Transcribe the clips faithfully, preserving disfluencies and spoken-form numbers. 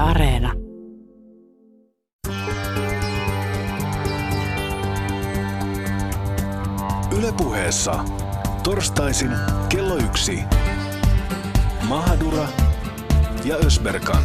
Areena. Yle Puheessa torstaisin kello yksi. Mahadura ja Ösberkan.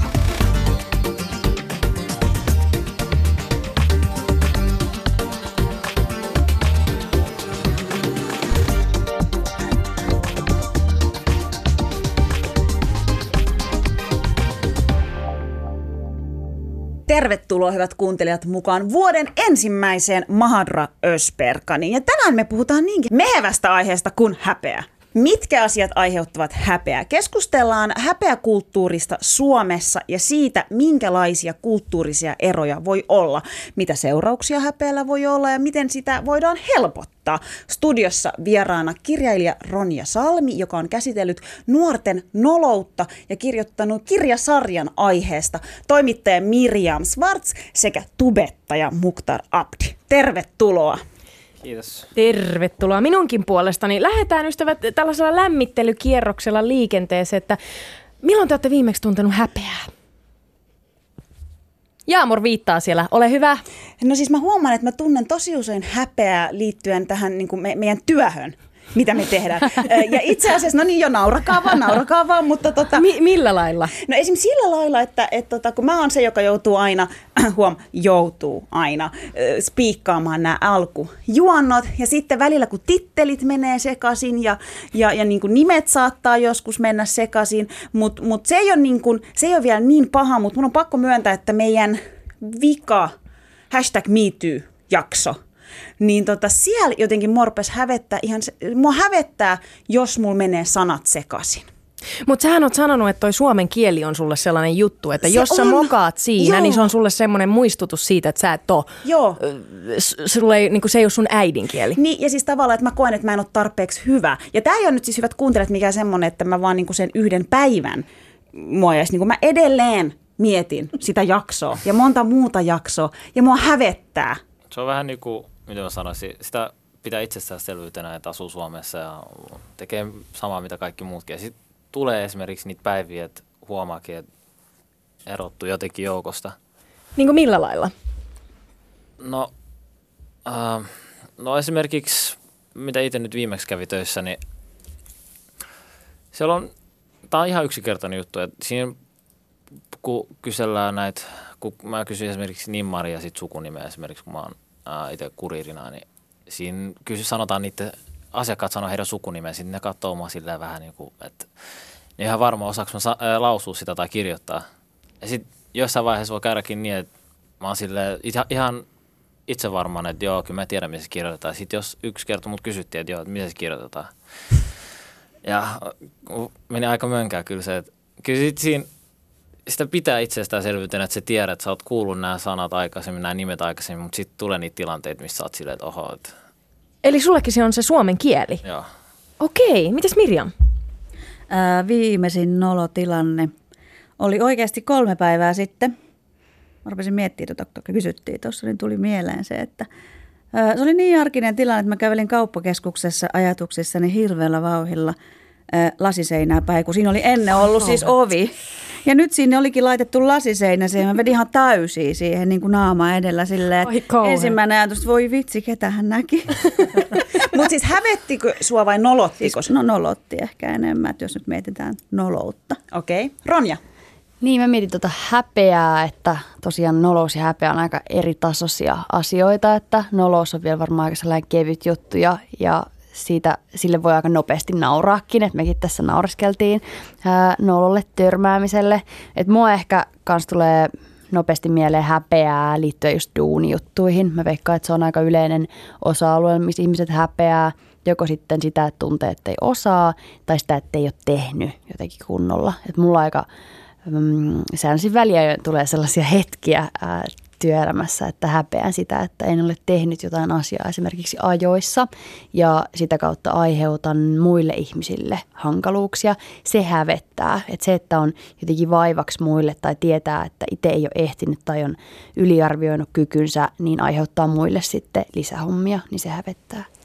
Tervetuloa hyvät kuuntelijat mukaan vuoden ensimmäiseen Mahadura Ösberkaniin. Ja tänään me puhutaan niinkin mehevästä aiheesta kuin häpeä. Mitkä asiat aiheuttavat häpeää? Keskustellaan häpeäkulttuurista Suomessa ja siitä, minkälaisia kulttuurisia eroja voi olla, mitä seurauksia häpeällä voi olla ja miten sitä voidaan helpottaa. Studiossa vieraana kirjailija Ronja Salmi, joka on käsitellyt nuorten noloutta ja kirjoittanut kirjasarjan aiheesta, toimittaja Miriam Schwartz sekä tubettaja Mukhtar Abdi. Tervetuloa! Kiitos. Tervetuloa minunkin puolestani. Lähdetään ystävät tällaisella lämmittelykierroksella liikenteeseen, että milloin te olette viimeksi tuntenut häpeää? Jaamur viittaa siellä. Ole hyvä. No siis mä huomaan, että mä tunnen tosi usein häpeää liittyen tähän niin kuin me, meidän työhön, mitä me tehdään. Ja itse asiassa, no niin jo, naurakaa vaan, naurakaa vaan, mutta tota... Mi- millä lailla? No esimerkiksi sillä lailla, että et, tota, kun mä oon se, joka joutuu aina, huom, joutuu aina äh, spiikkaamaan nämä alkujuonnot, ja sitten välillä kun tittelit menee sekaisin, ja, ja, ja niin kuin nimet saattaa joskus mennä sekaisin, mutta mut se, niin se ei ole vielä niin paha, mutta mun on pakko myöntää, että meidän vika, hashtag MeToo-jakso, niin tota, siellä jotenkin mua rupesi hävettää, ihan, mua hävettää, jos mulla menee sanat sekaisin. Mutta sähän oot sanonut, että toi suomen kieli on sulle sellainen juttu, että se jos sä on, mokaat siinä, joo, niin se on sulle semmoinen muistutus siitä, että sä et oo, joo. Sulle ei, niin se ei ole sun äidinkieli. Niin, ja siis tavallaan, että mä koen, että mä en ole tarpeeksi hyvä. Ja tää ei ole nyt siis hyvät kuuntelijat mikään semmoinen, että mä vaan niin sen yhden päivän mua jäisi, niin mä edelleen mietin sitä jaksoa ja monta muuta jaksoa, ja mua hävettää. Se on vähän niin kuin, miten mä sanoisin, sitä pitää itsestäänselvyytenä, että asuu Suomessa ja tekee samaa, mitä kaikki muutkin. Ja sitten tulee esimerkiksi niitä päiviä, että huomaakin, että erottuu jotenkin joukosta. Niin kuin millä lailla? No, äh, no esimerkiksi, mitä itse nyt viimeksi kävi töissä, niin siellä on, tämä on ihan yksinkertainen juttu, että siinä kun kysellään näitä, kun mä kysyin esimerkiksi nimmaria ja sitten sukunimeä esimerkiksi, kun mä oon ää, itse kuriirina, niin siinä kysy, sanotaan niiden, asiakkaat sanoo heidän sukunimeä, sitten ne katsoo mua silleen vähän niin kuin, että ne ihan varma osaako mä sa- ää, lausua sitä tai kirjoittaa. Ja sitten jossain vaiheessa voi käydäkin niin, että mä oon silleen ihan itse varmaan, että joo, kyllä mä tiedän, miten se kirjoitetaan. Sitten jos yksi kerta mut kysyttiin, että joo, että miten se kirjoitetaan. Ja meni aika mönkää kyllä se, että kyllä sit siinä sitä pitää itsestäänselvyytenä, että sä tiedät, että sä oot kuullut nämä sanat aikaisemmin, nämä nimet aikaisemmin, mutta sitten tulee niitä tilanteita, missä sä oot silleen, että oho. Että... Eli sullekin se on se suomen kieli? Joo. Okei, mitäs Miriam? Ää, viimeisin nolotilanne oli oikeasti kolme päivää sitten. Mä rupesin miettimään, että kysyttiin tuossa, niin tuli mieleen se, että ää, se oli niin arkinen tilanne, että mä kävelin kauppakeskuksessa ajatuksissani hirveällä vauhdilla ää, lasiseinää päin, kun siinä oli ennen ollut siis ovi. Ja nyt sinne olikin laitettu lasiseinä siihen. Mä vedin ihan täysiä siihen niin kuin naama edellä silleen. Ensimmäinen ajatus, että voi vitsi, ketä hän näki. Mutta siis hävettikö sua vai nolottiko? Siis, no nolotti ehkä enemmän, jos nyt mietitään noloutta. Okei. Okay. Ronja? Niin, mä mietin tuota häpeää, että tosiaan nolous ja häpeä on aika eri tasoisia asioita. Että nolous on vielä varmaan aika sellainen kevyt juttu ja, ja siitä, sille voi aika nopeasti nauraakin, että mekin tässä naureskeltiin ää, nololle törmäämiselle. Että mua ehkä kans tulee nopeasti mieleen häpeää liittyen just duunijuttuihin. Mä veikkaan, että se on aika yleinen osa-alue, missä ihmiset häpeää. Joko sitten sitä, että tuntee, että ei osaa, tai sitä, että ei ole tehnyt jotenkin kunnolla. Että mulla aika mm, säännöllisesti väliä tulee sellaisia hetkiä ää, työelämässä, että häpeän sitä, että en ole tehnyt jotain asiaa esimerkiksi ajoissa ja sitä kautta aiheutan muille ihmisille hankaluuksia. Se hävettää, että se, että on jotenkin vaivaksi muille tai tietää, että itse ei ole ehtinyt tai on yliarvioinut kykynsä, niin aiheuttaa muille sitten lisähommia, niin se hävettää.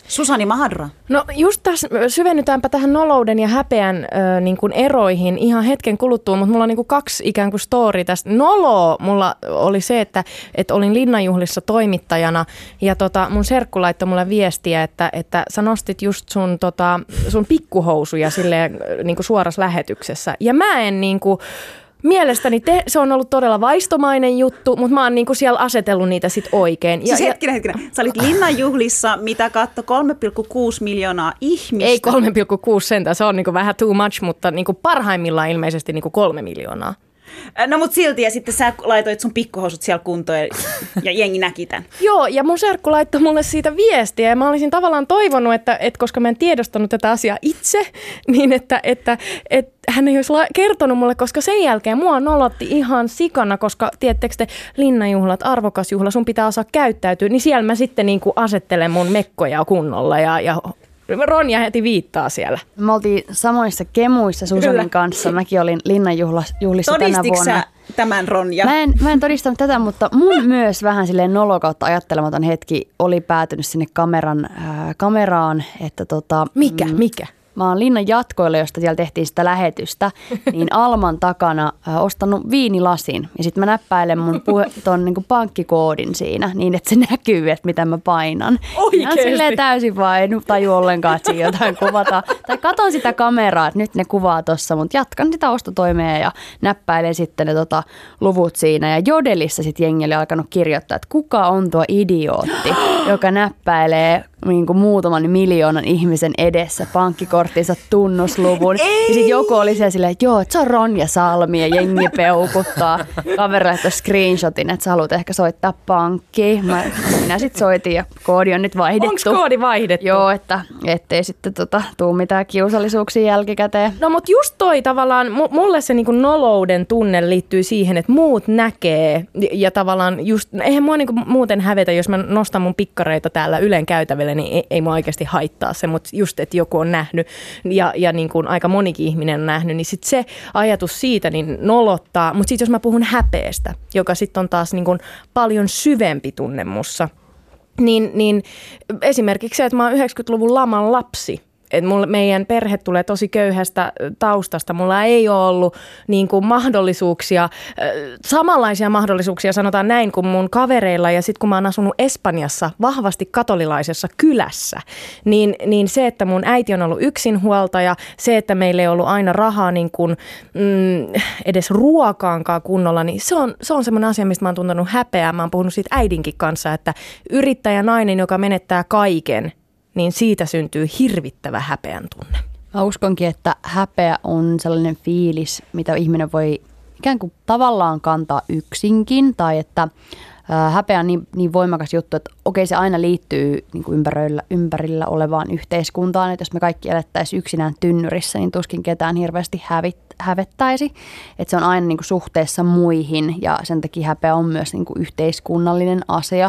Susani Mahadra. No just tässä syvennytäänpä tähän nolouden ja häpeän ö, niin kuin eroihin ihan hetken kuluttua, mutta mulla on niin kuin kaksi ikään kuin story tästä. Nolo mulla oli se, että, että olin Linnanjuhlissa toimittajana ja tota, mun serkku laittoi mulle viestiä, että, että sä nostit just sun, tota, sun pikkuhousuja silleen, niin kuin suorassa lähetyksessä. Ja mä en niin kuin, mielestäni te, se on ollut todella vaistomainen juttu, mutta mä oon niinku siellä asetellut niitä sit oikein. Ja, siis hetkinen, hetkinen. Sä olit Linnanjuhlissa, mitä katto kolme pilkku kuusi miljoonaa ihmistä. Ei kolme pilkku kuusi sentään, se on niinku vähän too much, mutta niinku parhaimmillaan ilmeisesti niinku kolme miljoonaa. No mut silti, ja sitten sä laitoit sun pikkuhousut siellä kuntoon ja, ja jengi näki tämän. Joo, ja mun serkku laittoi mulle siitä viestiä ja mä olisin tavallaan toivonut, että, että koska mä en tiedostanut tätä asiaa itse, niin että, että, että hän ei olisi kertonut mulle, koska sen jälkeen mua nolotti ihan sikana, koska tiedättekö te, Linnanjuhlat, arvokas juhla, sun pitää osaa käyttäytyä, niin siellä mä sitten niin kuin asettelen mun mekkoja kunnolla ja, ja Ronja heti viittaa siellä. Me oltiin samoissa kemuissa Susanin kanssa. Mäkin olin Linnanjuhlissa tänä vuonna. Tämän Ronja? Mä en, mä en todistanut tätä, mutta mun myös vähän silleen nolo kautta ajattelematon hetki oli päätynyt sinne kameran, äh, kameraan. Että tota, mikä, mm, mikä? Mä oon Linnan jatkoilla, josta siellä tehtiin sitä lähetystä, niin Alman takana äh, ostanut viinilasin. Ja sitten mä näppäilen mun puhe, ton niin kuin pankkikoodin siinä, niin että se näkyy, että mitä mä painan. Oikeesti? Mä silleen täysin vaan, en taju ollenkaan, että siinä jotain kuvataan. Tai katon sitä kameraa, että nyt ne kuvaa tossa, mutta jatkan sitä ostotoimea ja näppäilen sitten ne tota, luvut siinä. Ja Jodelissa sitten jengi oli alkanut kirjoittaa, että kuka on tuo idiootti, joka näppäilee niin kuin muutaman miljoonan ihmisen edessä pankkikorttinsa tunnusluvun. Ei. Ja sitten joku oli siellä silleen, että joo, että se on Ronja Salmi ja jengi peukuttaa. Kaveri laittoi screenshotin, että sä haluat ehkä soittaa pankkiin. Mä, minä sitten soitin ja koodi on nyt vaihdettu. Onko koodi vaihdettu? Joo, että ettei sitten tota, tuu mitään kiusallisuuksia jälkikäteen. No mutta just toi tavallaan, mulle se niinku nolouden tunne liittyy siihen, että muut näkee ja tavallaan just, eihän mua niinku muuten hävetä, jos mä nostan mun pikkareita täällä Ylen käytäville, niin ei, ei mua oikeasti haittaa se, mutta just, että joku on nähnyt ja, ja niin kuin aika monikin ihminen on nähnyt, niin sitten se ajatus siitä niin nolottaa. Mutta sitten jos mä puhun häpeestä, joka sitten on taas niin kuin paljon syvempi tunne mussa, niin, niin esimerkiksi se, että mä oon yhdeksänkymmentäluvun laman lapsi, että mulle, meidän perhe tulee tosi köyhästä taustasta. Mulla ei ole ollut niin kuin mahdollisuuksia, samanlaisia mahdollisuuksia sanotaan näin kuin mun kavereilla. Ja sitten kun mä oon asunut Espanjassa vahvasti katolilaisessa kylässä, niin, niin se, että mun äiti on ollut yksinhuoltaja, se, että meillä ei ollut aina rahaa niin kuin, mm, edes ruokaankaan kunnolla, niin se on, se on semmoinen asia, mistä mä oon tuntenut häpeää. Mä oon puhunut siitä äidinkin kanssa, että yrittäjä nainen, joka menettää kaiken, niin siitä syntyy hirvittävä häpeän tunne. Mä uskonkin, että häpeä on sellainen fiilis, mitä ihminen voi ikään kuin tavallaan kantaa yksinkin, tai että häpeä on niin, niin voimakas juttu, että okei, se aina liittyy niin kuin ympärillä, ympärillä olevaan yhteiskuntaan, että jos me kaikki elettäisiin yksinään tynnyrissä, niin tuskin ketään hirveästi hävit, hävettäisi, että se on aina niin kuin suhteessa muihin, ja sen takia häpeä on myös niin kuin yhteiskunnallinen asia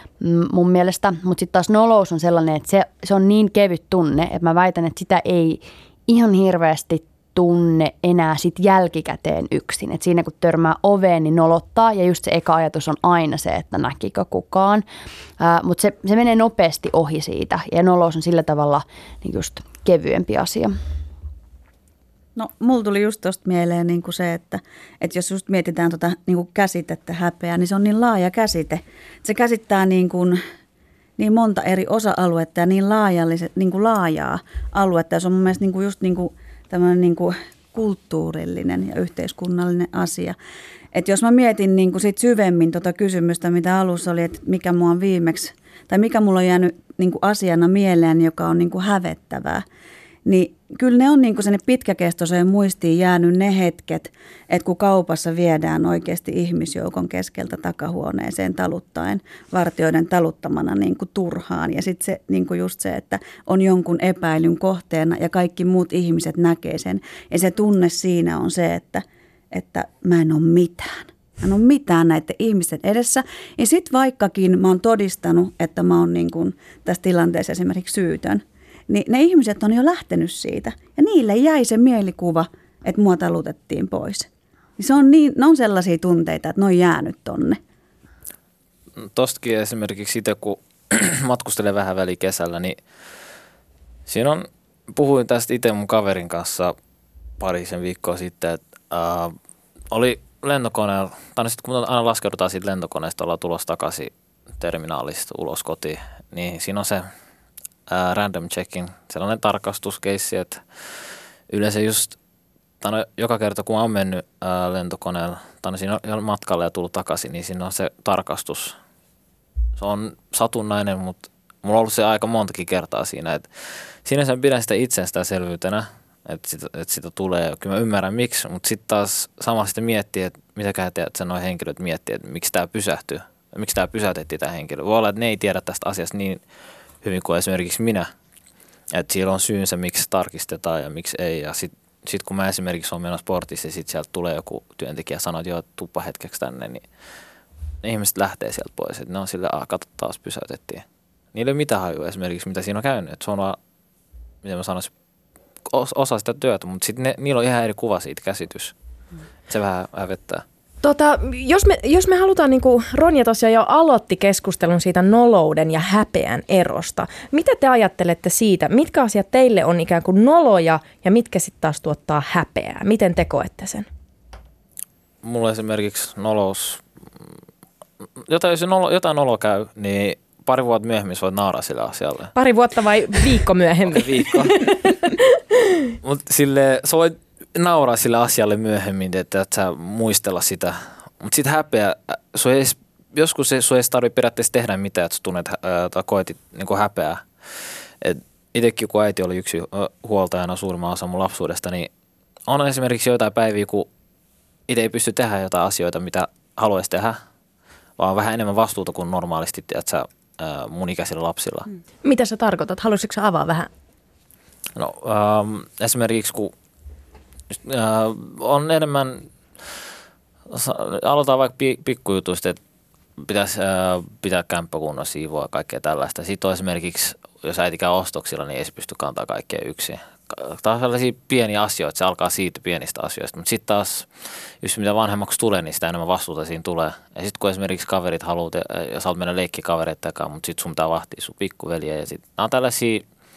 mun mielestä, mutta sitten taas nolous on sellainen, että se, se on niin kevyt tunne, että mä väitän, että sitä ei ihan hirveästi tunne enää sit jälkikäteen yksin. Et siinä kun törmää oveen, niin nolottaa ja just se eka ajatus on aina se, että näkikö kukaan. Mutta se, se menee nopeasti ohi siitä ja nolous on sillä tavalla niin just kevyempi asia. No, mulla tuli just tuosta mieleen niin kuin se, että, että jos just mietitään tuota niin kuin käsitettä häpeä, niin se on niin laaja käsite. Se käsittää niin, kuin, niin monta eri osa-aluetta ja niin, niin kuin laajaa aluetta. Ja se on mun mielestä niin kuin just niin kuin tämmöinen niin kuin kulttuurillinen ja yhteiskunnallinen asia. Että jos mä mietin niin kuin sit syvemmin tuota kysymystä, mitä alussa oli, että mikä mua on viimeksi, tai mikä mulla on jäänyt niin kuin asiana mieleen, joka on niin kuin hävettävää, niin kyllä ne on niin kuin sinne pitkäkestoiseen muistiin jäänyt ne hetket, että kun kaupassa viedään oikeasti ihmisjoukon keskeltä takahuoneeseen taluttaen, vartijoiden taluttamana niin kuin turhaan. Ja sitten se niin kuin just se, että on jonkun epäilyn kohteena ja kaikki muut ihmiset näkee sen. Ja se tunne siinä on se, että, että mä en ole mitään. Mä en ole mitään näiden ihmisten edessä. Ja sitten vaikkakin mä oon todistanut, että mä oon niin kuin tässä tilanteessa esimerkiksi syytön, niin ne ihmiset on jo lähtenyt siitä. Ja niille jäi se mielikuva, että mua talutettiin pois. Niin se on niin, ne on sellaisia tunteita, että ne on jäänyt tonne. Tostakin esimerkiksi itse, kun matkustelen vähän väliin kesällä, niin siinä on, puhuin tästä itse mun kaverin kanssa parisen viikkoa sitten, että äh, oli lentokoneella, tai sitten kun aina laskeudutaan siitä lentokoneesta, ollaan tulossa takaisin terminaalista ulos kotiin, niin siinä on se ää, random check-in, sellainen tarkastuskeissi, että yleensä just, tai joka kerta kun on mennyt ää, lentokoneella, tai siinä on matkalle ja tullut takaisin, niin siinä on se tarkastus. Se on satunnainen, mutta mulla on ollut se aika montakin kertaa siinä, että siinä sen pidän sitä itsestäänselvyytenä, että sitä, että sitä tulee, kyllä mä ymmärrän miksi, mutta sitten taas samalla sitten miettii, että mitäkään teet, että nuo henkilöt miettii, että miksi tämä pysähtyy. Miksi tämä pysäytettiin tämä henkilö? Voi olla, että ne ei tiedä tästä asiasta niin hyvin kuin esimerkiksi minä. Että siellä on syynsä, miksi tarkistetaan ja miksi ei. Ja sitten sit kun mä esimerkiksi olen menossa sportissa ja sitten sieltä tulee joku työntekijä ja sanoo, että joo, tuppa hetkeksi tänne, niin ne ihmiset lähtee sieltä pois. Että ne on silleen, ah, katso, taas pysäytettiin. Niillä ei ole mitään hajua esimerkiksi, mitä siinä on käynyt. Että se on vaan, miten mä sanoisin, osa sitä työtä, mutta sitten niillä on ihan eri kuva siitä käsitys. Se vähän hävettää. Tota, jos, me, jos me halutaan, niin kuin Ronja tosiaan jo aloitti keskustelun siitä nolouden ja häpeän erosta. Mitä te ajattelette siitä? Mitkä asiat teille on ikään kuin noloja ja mitkä sitten taas tuottaa häpeää? Miten te koette sen? Mulla esimerkiksi nolous, jotain, jos nolo, jotain noloa käy, niin pari vuotta myöhemmin voit nauraa sille asialle. Pari vuotta vai viikko myöhemmin? Viikko. Mutta sille sä voit nauraa sille asialle myöhemmin, että et sä muistella sitä. Mutta sitten häpeä, edes, joskus sun ei tarvitse periaatteessa tehdä mitään, että sä tunnet tai koetit niin häpeää. Itsekin kun äiti oli yksi huoltajana suurimman osa mun lapsuudesta, niin on esimerkiksi joitain päiviä, kun itse ei pysty tehdä jotain asioita, mitä haluaisi tehdä, vaan vähän enemmän vastuuta kuin normaalisti, että sä mun ikäisillä lapsilla. Mitä sä tarkoitat? Haluaisitko sä avaa vähän? No ähm, esimerkiksi kun äh, on enemmän, aloitetaan vaikka pikkujutuista, että pitäisi äh, pitää kämppä kunnon siivoa ja kaikkea tällaista. Sitten on esimerkiksi, jos äiti käy ostoksilla, niin ei se pysty kantaa kaikkea yksin. Tämä on sellaisia pieniä asioita, se alkaa siitä pienistä asioista. Mutta sitten taas, jos mitä vanhemmaksi tulee, niin sitä enemmän vastuuta siinä tulee. Ja sitten kun esimerkiksi kaverit haluaa, ja sä oot mennä leikkikavereiden kanssa, mutta sitten sun pitää vahtia sun pikkuveliä. Ja sitten nämä on tällaisia,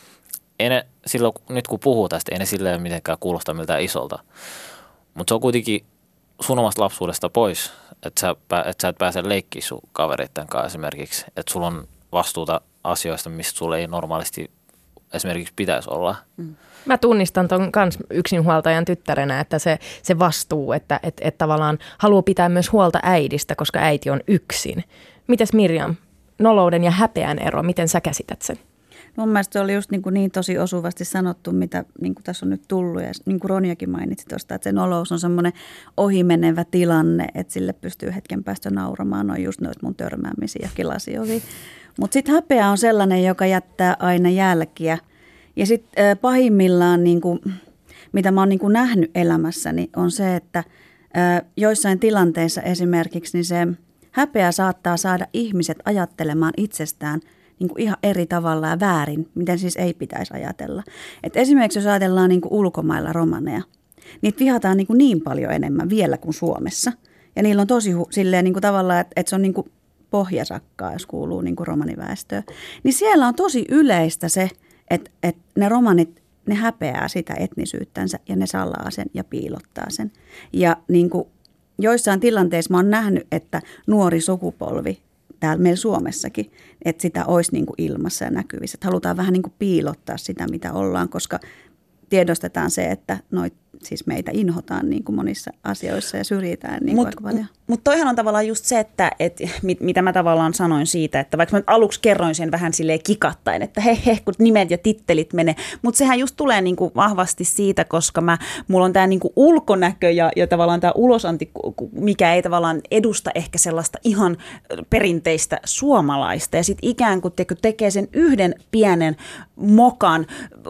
ei ne, silloin, nyt kun puhuu tästä, ei ne silleen mitenkään kuulosta miltään isolta. Mutta se on kuitenkin sun omasta lapsuudesta pois, että sä, et sä et pääse leikkiä sun kavereiden kanssa esimerkiksi. Että sulla on vastuuta asioista, mistä sulla ei normaalisti esimerkiksi pitäisi olla. Mm. Mä tunnistan ton kans yksinhuoltajan tyttärenä, että se, se vastuu, että et, et tavallaan haluaa pitää myös huolta äidistä, koska äiti on yksin. Mites Mirjam, nolouden ja häpeän ero, miten sä käsität sen? Mun mielestä se oli just niin, kuin niin tosi osuvasti sanottu, mitä niin kuin tässä on nyt tullut. Ja niin kuin Ronjakin mainitsi tuosta, että se nolous on semmoinen ohimenevä tilanne, että sille pystyy hetken päästä nauramaan. No just noita mun törmäämisiä ja kilasiovi. Mutta sitten häpeä on sellainen, joka jättää aina jälkiä. Ja sitten äh, pahimmillaan, niin kuin, mitä mä oon niin kuin nähnyt elämässäni, on se, että äh, joissain tilanteissa esimerkiksi niin se häpeä saattaa saada ihmiset ajattelemaan itsestään niin kuin ihan eri tavalla ja väärin, miten siis ei pitäisi ajatella. Et esimerkiksi jos ajatellaan niin kuin ulkomailla romaneja, niitä vihataan niin, kuin niin paljon enemmän vielä kuin Suomessa. Ja niillä on tosi hu- silleen niin kuin tavallaan, että, että se on niin kuin pohjasakkaa, jos kuuluu niin kuin romaniväestöön. Niin siellä on tosi yleistä se, että, että ne romanit, ne häpeää sitä etnisyyttänsä ja ne salaa sen ja piilottaa sen. Ja niin kuin joissain tilanteissa mä oon nähnyt, että nuori sukupolvi, täällä meillä Suomessakin, että sitä olisi niin kuin ilmassa ja näkyvissä. Että halutaan vähän niin kuin piilottaa sitä, mitä ollaan, koska tiedostetaan se, että noit, siis meitä inhotaan niin kuin monissa asioissa ja syrjitään niin kuin aika paljon. Mutta toihan on tavallaan just se, että et, mit, mitä mä tavallaan sanoin siitä, että vaikka mä aluksi kerroin sen vähän silleen kikattaen, että he he, kun nimet ja tittelit menee, mutta sehän just tulee niin kuin vahvasti siitä, koska mä, mulla on tämä niin kuin ulkonäkö ja, ja tavallaan tämä ulosanti, mikä ei tavallaan edusta ehkä sellaista ihan perinteistä suomalaista. Ja sitten ikään kuin te, tekee sen yhden pienen mokan,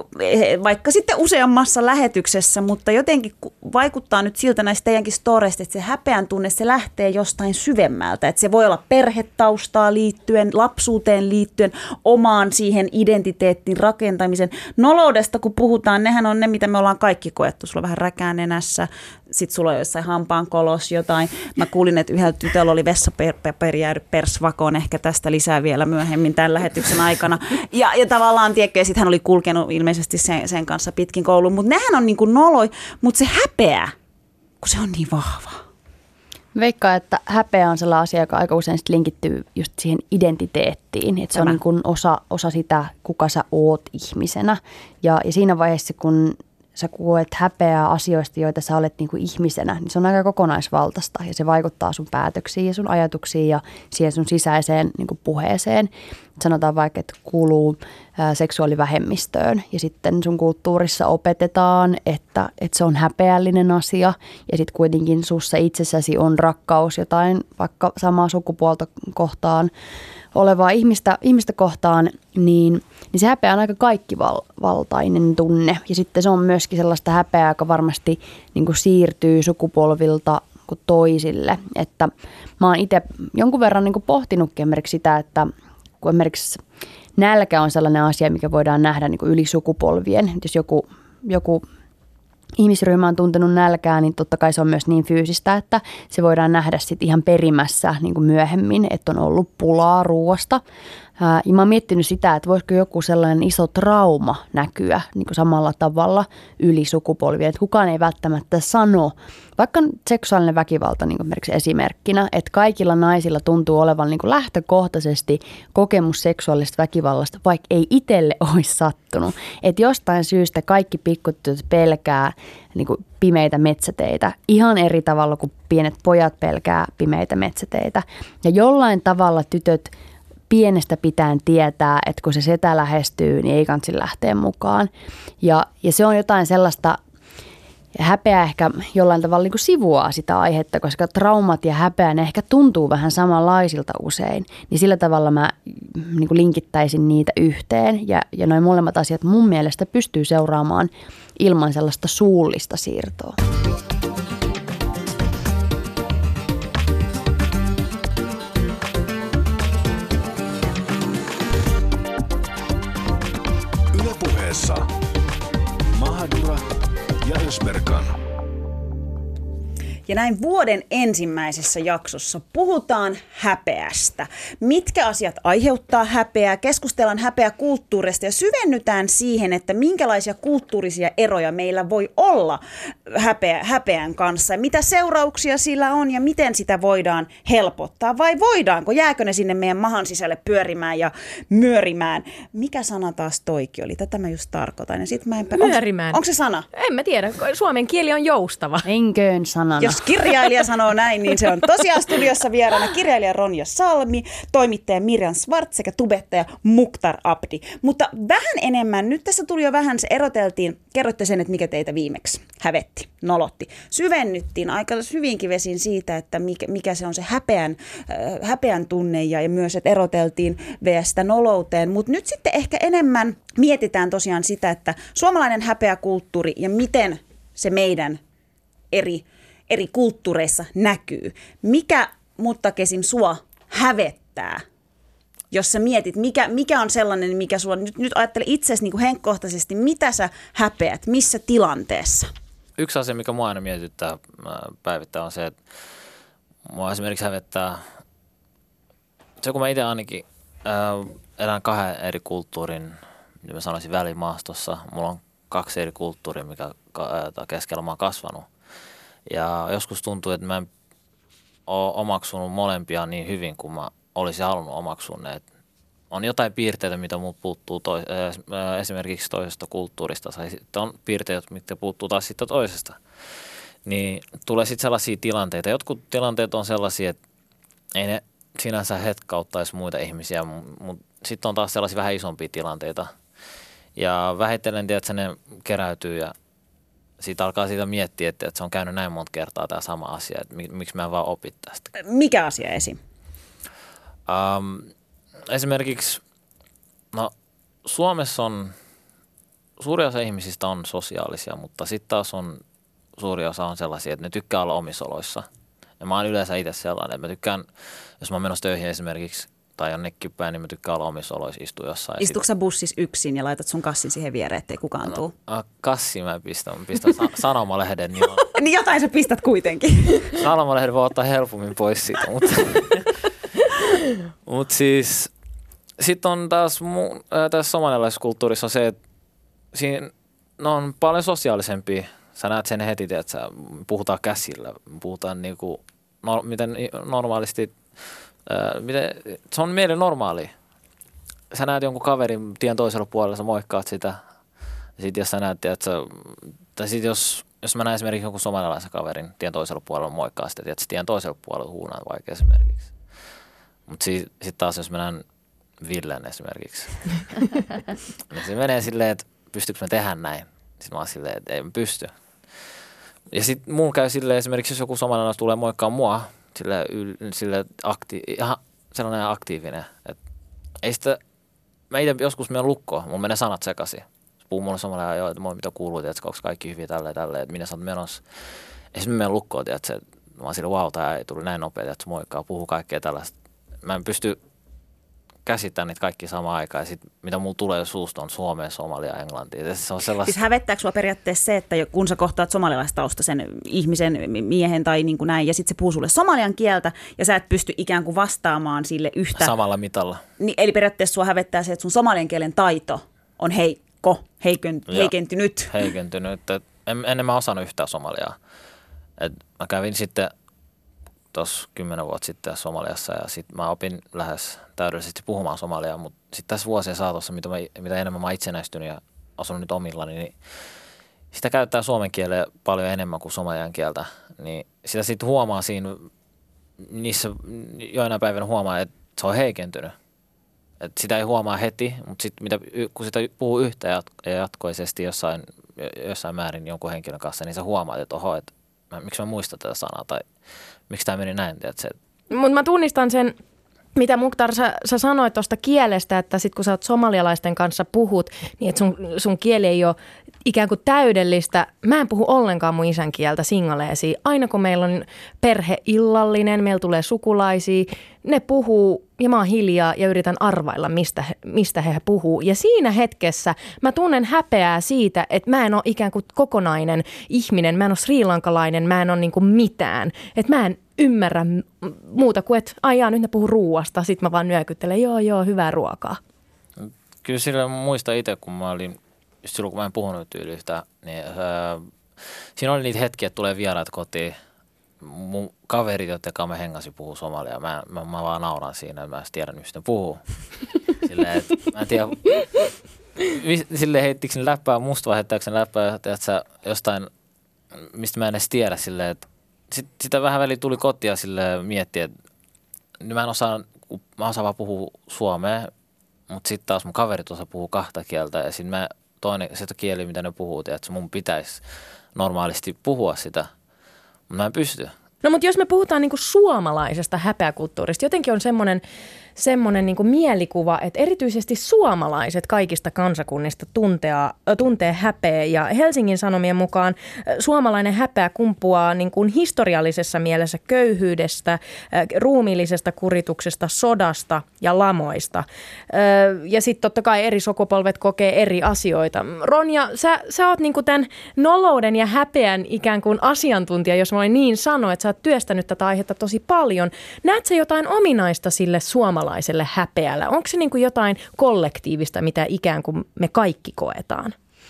vaikka sitten useammassa lähetyksessä, mutta jotenkin vaikuttaa nyt siltä näistä teidänkin storeista, että se häpeän tunne, se lähtee jostain syvemmältä. Että se voi olla perhetaustaa liittyen, lapsuuteen liittyen, omaan siihen identiteettin rakentamisen. Noloudesta kun puhutaan, nehän on ne, mitä me ollaan kaikki koettu. Sulla on vähän räkää nenässä, sit sulla on jossain hampaan kolos jotain. Mä kuulin, että yhdellä tytöllä oli vessapaperi jäädy persvakoon, ehkä tästä lisää vielä myöhemmin tämän lähetyksen aikana. Ja, ja tavallaan, tiedätkö, ja sit hän oli kulkenut ilmeisesti sen, sen kanssa pitkin kouluun, mutta nehän on niin kuin noloi, mutta se häpeä, kun se on niin vahva. Veikkaan, että häpeä on sellainen asia, joka aika usein linkittyy just siihen identiteettiin. Että se on niin kuin osa, osa sitä, kuka sä oot ihmisenä. Ja, ja siinä vaiheessa, kun sä koet häpeää asioista, joita sä olet niin kuin ihmisenä, niin se on aika kokonaisvaltaista. Ja se vaikuttaa sun päätöksiin ja sun ajatuksiin ja siihen sun sisäiseen niin kuin puheeseen. Sanotaan vaikka, että kuuluu ää, seksuaalivähemmistöön ja sitten sun kulttuurissa opetetaan, että, että se on häpeällinen asia. Ja sitten kuitenkin sussa itsessäsi on rakkaus jotain vaikka samaa sukupuolta kohtaan olevaa ihmistä, ihmistä kohtaan, niin, niin se häpeä on aika kaikkivaltainen tunne. Ja sitten se on myöskin sellaista häpeää, joka varmasti niin kuin siirtyy sukupolvilta toisille. Että mä oon itse jonkun verran niin kuin pohtinutkin esimerkiksi sitä, että kun esimerkiksi nälkä on sellainen asia, mikä voidaan nähdä niin kuin yli sukupolvien. Jos joku, joku ihmisryhmä on tuntenut nälkää, niin totta kai se on myös niin fyysistä, että se voidaan nähdä sitten ihan perimässä niin kuin myöhemmin, että on ollut pulaa ruoasta. Ja mä oon miettinyt sitä, että voisiko joku sellainen iso trauma näkyä niin kuin samalla tavalla yli sukupolvien, että kukaan ei välttämättä sano, vaikka seksuaalinen väkivalta niin kuin esimerkkinä, että kaikilla naisilla tuntuu olevan niin kuin lähtökohtaisesti kokemus seksuaalisesta väkivallasta, vaikka ei itselle olisi sattunut. Että jostain syystä kaikki pikkutytöt pelkää niin kuin pimeitä metsäteitä ihan eri tavalla kuin pienet pojat pelkää pimeitä metsäteitä. Ja jollain tavalla tytöt pienestä pitäen tietää, että kun se setä lähestyy, niin ei kansi lähteä mukaan. Ja, ja se on jotain sellaista, häpeä ehkä jollain tavalla niin kuin sivuaa sitä aihetta, koska traumat ja häpeä, ne ehkä tuntuu vähän samanlaisilta usein. Niin sillä tavalla mä niin kuin linkittäisin niitä yhteen. Ja, ja noin molemmat asiat mun mielestä pystyy seuraamaan ilman sellaista suullista siirtoa. Mahadura ja Ösberkan. Ja näin vuoden ensimmäisessä jaksossa puhutaan häpeästä. Mitkä asiat aiheuttaa häpeää? Keskustellaan häpeäkulttuurista ja syvennytään siihen, että minkälaisia kulttuurisia eroja meillä voi olla häpeä, häpeän kanssa. Ja mitä seurauksia sillä on ja miten sitä voidaan helpottaa vai voidaanko? Jääkö ne sinne meidän mahan sisälle pyörimään ja myörimään? Mikä sana taas toikin oli? Tätä mä just tarkoitan. Ja sit mä en... Myörimään. Onko, onko se sana? En mä tiedä. Suomen kieli on joustava. Enköön sanana. Jos kirjailija sanoo näin, niin se on tosiaan studiossa vieraana kirjailija Ronja Salmi, toimittaja Mirjam Svart sekä tubettaja Mukhtar Abdi. Mutta vähän enemmän, nyt tässä tuli jo vähän, se eroteltiin, kerroitte sen, että mikä teitä viimeksi hävetti, nolotti. Syvennyttiin aika hyvinkin vesin siitä, että mikä, mikä se on se häpeän, äh, häpeän tunne ja, ja myös, että eroteltiin veestä nolouteen. Mutta nyt sitten ehkä enemmän mietitään tosiaan sitä, että suomalainen häpeäkulttuuri ja miten se meidän eri eri kulttuureissa näkyy. Mikä, mutta kesim sua hävettää, jos sä mietit, mikä, mikä on sellainen, mikä sua, nyt, nyt ajattele itsesi niin kuin henkkohtaisesti, mitä sä häpeät, missä tilanteessa? Yksi asia, mikä mua aina mietityttää päivittäin on se, että mua esimerkiksi hävettää, se kun mä itse ainakin äh, elän kahden eri kulttuurin, niin mä sanoisin välimaastossa, mulla on kaksi eri kulttuuria, mikä äh, keskellä mä oon kasvanut. Ja joskus tuntuu, että mä en ole omaksunut molempia niin hyvin kuin mä olisin halunnut omaksua ne. On jotain piirteitä, mitä mut puuttuu toi, esimerkiksi toisesta kulttuurista, tai sitten on piirteitä, mitkä puuttuu taas sitten toisesta. Niin tulee sitten sellaisia tilanteita. Jotkut tilanteet on sellaisia, että ei ne sinänsä hetkauttaisi muita ihmisiä, mutta sitten on taas sellaisia vähän isompia tilanteita. Ja vähitellen, tiedät, että ne keräytyy ja siitä alkaa siitä miettiä, että, että se on käynyt näin monta kertaa tämä sama asia, että miksi mä en vaan opi tästä. Mikä asia esim? Um, esimerkiksi, no Suomessa on, suuri osa ihmisistä on sosiaalisia, mutta sitten taas on, suuri osa on sellaisia, että ne tykkää olla omissa oloissa. Ja mä oon yleensä itse sellainen, että mä tykkään, jos mä oon menossa töihin esimerkiksi tai jonnekin päin, niin mä tykkään olla omissa oloissa istua jossain. Istuuko sä bussissa yksin ja laitat sun kassin siihen viereen, ettei kukaan tuu? No, kassi mä pistän, mä pistän sa- sanomalehden. Niin, on... niin jotain sä pistät kuitenkin. Sanomalehden voi ottaa helpommin pois siitä, mutta mut siis sitten on taas mu- äh, tässä somalialaisessa kulttuurissa on se, että siinä ne on paljon sosiaalisempia. Sä näet sen heti, että sä puhutaan käsillä, puhutaan niinku, no, miten normaalisti, äh, miten, se on meille normaali. Sä näet jonkun kaverin tien toisella puolella, sä moikkaat sitä. Ja sit jos sä näet, että sä, tai sit jos, jos mä näen esimerkiksi jonkun somalialaisen kaverin tien toisella puolella moikkaa sitä, että tien toisella puolella huunaan vaikka esimerkiksi. Mutta sit, sit taas jos mä näen Villen esimerkiksi, niin se menee silleen, että pystyykö mä tehdä näin. Sitten mä oon silleen, että ei mä pysty. Ja sitten mulla käy silleen, esimerkiksi jos joku somalialainen tulee moikkaa mua, silleen, silleen akti, ihan sellainen aktiivinen, että ei sitä, mä itse joskus menen lukkoon, mulla menee sanat sekaisin. Se puhuu mulle somalialainen, joo, että moi mitä kuuluu, että onko kaikki hyviä tälleen, tälleen, että minä sä oot menossa. Ja sitten mä menen lukkoon, että mä oon silleen, vau, tää ei tuli näin nopeasti, että se moikkaa, puhuu kaikkea tällaista. Mä en pysty käsittää niitä kaikki samaan aikaan ja sitten mitä mulla tulee suusta on Suomea, Somalia ja Englantia. Se on sellaista... Siis hävettääkö sua periaatteessa se, että kun sä kohtaat somalialaistaustaisen ihmisen, miehen tai niin kuin näin, ja sitten se puhuu sulle somalian kieltä ja sä et pysty ikään kuin vastaamaan sille yhtä... Samalla mitalla. Niin, eli periaatteessa sua hävettää se, että sun somalian kielen taito on heikko, heikön, heikentynyt. Heikentynyt. Et en, en mä osannut yhtään somaliaa. Et mä kävin sitten tuossa kymmenen vuotta sitten Somaliassa ja sitten mä opin lähes täydellisesti puhumaan somaliaa, mutta sitten tässä vuosien saatossa, mitä, mä, mitä enemmän mä itsenäistynyt ja asunut nyt omillani, niin sitä käyttää suomen kieleä paljon enemmän kuin somalian kieltä, niin sitä sitten huomaa siinä, niissä joinain päivänä huomaa, että se on heikentynyt. Et sitä ei huomaa heti, mutta sit mitä, kun sitä puhuu yhtä ja jatkoisesti jossain, jossain määrin jonkun henkilön kanssa, niin sä huomaat, että oho, että miksi mä muistan tätä sanaa tai miksi tämä meni näin, tiedätkö? Mutta mä tunnistan sen, mitä Mukhtar sä, sä sanoit tuosta kielestä, että sit kun sä oot somalialaisten kanssa puhut, niin että sun, sun kieli ei ole ikään kuin täydellistä. Mä en puhu ollenkaan mun isän kieltä singaleesiin. Aina kun meillä on perheillallinen, meillä tulee sukulaisia, ne puhuu ja mä oon hiljaa ja yritän arvailla, mistä he, mistä he puhuu. Ja siinä hetkessä mä tunnen häpeää siitä, että mä en ole ikään kuin kokonainen ihminen, mä en ole srilankalainen, mä en ole niin kuin mitään. Että mä en ymmärrä muuta kuin, että aijaa, nyt ne puhuu ruuasta. Sitten mä vaan nyökyttelen, joo joo, hyvää ruokaa. Kyllä sillä muistan itse, kun mä olin, just silloin kun mä en puhunut tyyli yhtään, niin öö, siinä oli niitä hetkiä, että tulee vieraat kotiin. Mun kaverit, jotka me hengasi puhuu somaliaa, mä, mä, mä vaan nauran siinä, mä en tiedä, mistä ne puhuu. Silleen, että mä en tiedä, silleen heittikö ne läppää, musta vai heittääkö ne läppää, että sä jostain, mistä mä en edes tiedä, silleen, että sit, sitä vähän väliin tuli kotia silleen miettiä, että mä en osaa, mä osaan vaan puhua suomea, mutta sitten taas mun kaverit osaa puhua kahta kieltä ja sitten mä toinen, sitä kieli, mitä ne puhuu, että mun pitäisi normaalisti puhua sitä. Mä en pysty. No mutta jos me puhutaan niinku suomalaisesta häpeäkulttuurista, jotenkin on semmoinen semmoinen niinku mielikuva, että erityisesti suomalaiset kaikista kansakunnista tuntea, tuntee häpeä. Ja Helsingin Sanomien mukaan suomalainen häpeä kumpuaa niinku historiallisessa mielessä köyhyydestä, ruumiillisesta kurituksesta, sodasta ja lamoista. Ja sitten totta kai eri sukupolvet kokee eri asioita. Ronja, sä, sä oot niinku tämän nolouden ja häpeän ikään kuin asiantuntija, jos mä voin niin sanoa, että sä oot työstänyt tätä aihetta tosi paljon. Näet sä jotain ominaista sille suomalaiselle häpeällä? Onko se niin kuin jotain kollektiivista, mitä ikään kuin me kaikki koetaan?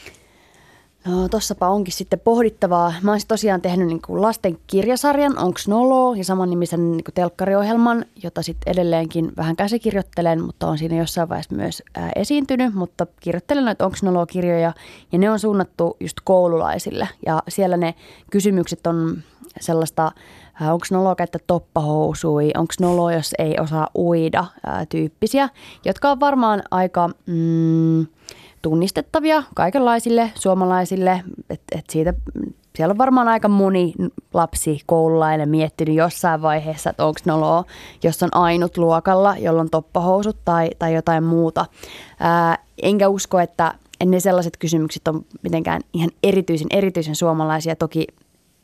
No, tossapa onkin sitten pohdittavaa. Mä oon tosiaan tehnyt niin kuin lasten kirjasarjan Onks noloo ja samannimisen niin kuin telkkariohjelman, jota sitten edelleenkin vähän käsikirjoittelen, mutta on siinä jossain vaiheessa myös ää, esiintynyt. Mutta kirjoittelen noita Onks noloo -kirjoja ja ne on suunnattu just koululaisille. Ja siellä ne kysymykset on sellaista, onko noloa käyttää toppahousui, onko noloa, jos ei osaa uida, ää, tyyppisiä, jotka on varmaan aika mm, tunnistettavia kaikenlaisille suomalaisille, että et siitä siellä on varmaan aika moni lapsi, koululainen miettinyt jossain vaiheessa, että onko noloa, jos on ainut luokalla, jolla on toppahousut tai, tai jotain muuta. Ää, enkä usko, että ne sellaiset kysymykset on mitenkään ihan erityisen, erityisen suomalaisia. Toki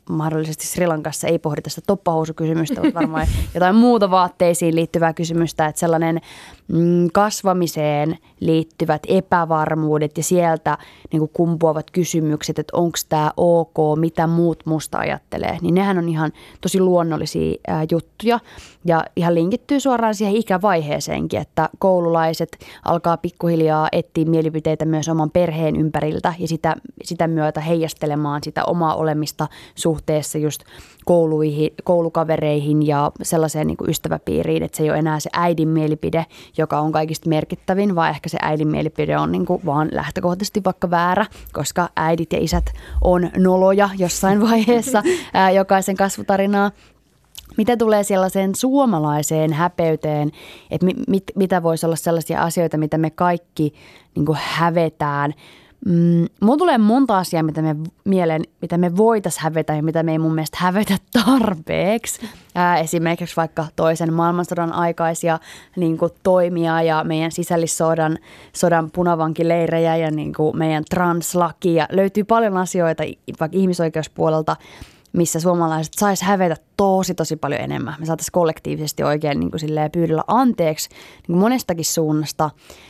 mahdollisesti Sri Lankassa ei pohdita sitä toppahousukysymystä, mutta varmaan jotain muuta vaatteisiin liittyvää kysymystä, että sellainen mm, kasvamiseen liittyvät epävarmuudet ja sieltä niin kuin kumpuavat kysymykset, että onko tämä ok, mitä muut musta ajattelee, niin nehän on ihan tosi luonnollisia ää, juttuja ja ihan linkittyy suoraan siihen ikävaiheeseenkin, että koululaiset alkaa pikkuhiljaa etsiä mielipiteitä myös oman perheen ympäriltä ja sitä, sitä myötä heijastelemaan sitä omaa olemista suhteessa just kouluihin, koulukavereihin ja sellaiseen niin kuin ystäväpiiriin, että se ei ole enää se äidin mielipide, joka on kaikista merkittävin, vaan ehkä se äidin mielipide on niin kuin vaan lähtökohtaisesti vaikka väärä, koska äidit ja isät on noloja jossain vaiheessa ää, jokaisen kasvutarinaa. Mitä tulee sellaiseen suomalaiseen häpeyteen, että mit, mit, mitä voisi olla sellaisia asioita, mitä me kaikki niin kuin hävetään. Mm, mulla tulee monta asiaa, mitä me mieleen, mitä me voitaisiin hävetä ja mitä me ei mun mielestä hävetä tarpeeksi. Ää, esimerkiksi vaikka toisen maailmansodan aikaisia niin kuin toimia ja meidän sisällissodan sodan punavankileirejä ja niin kuin meidän translakia. Löytyy paljon asioita vaikka ihmisoikeuspuolelta, missä suomalaiset sais hävetä tosi tosi paljon enemmän. Me saataisiin kollektiivisesti oikein niin kuin silleen pyydellä anteeksi niin kuin monestakin suunnasta.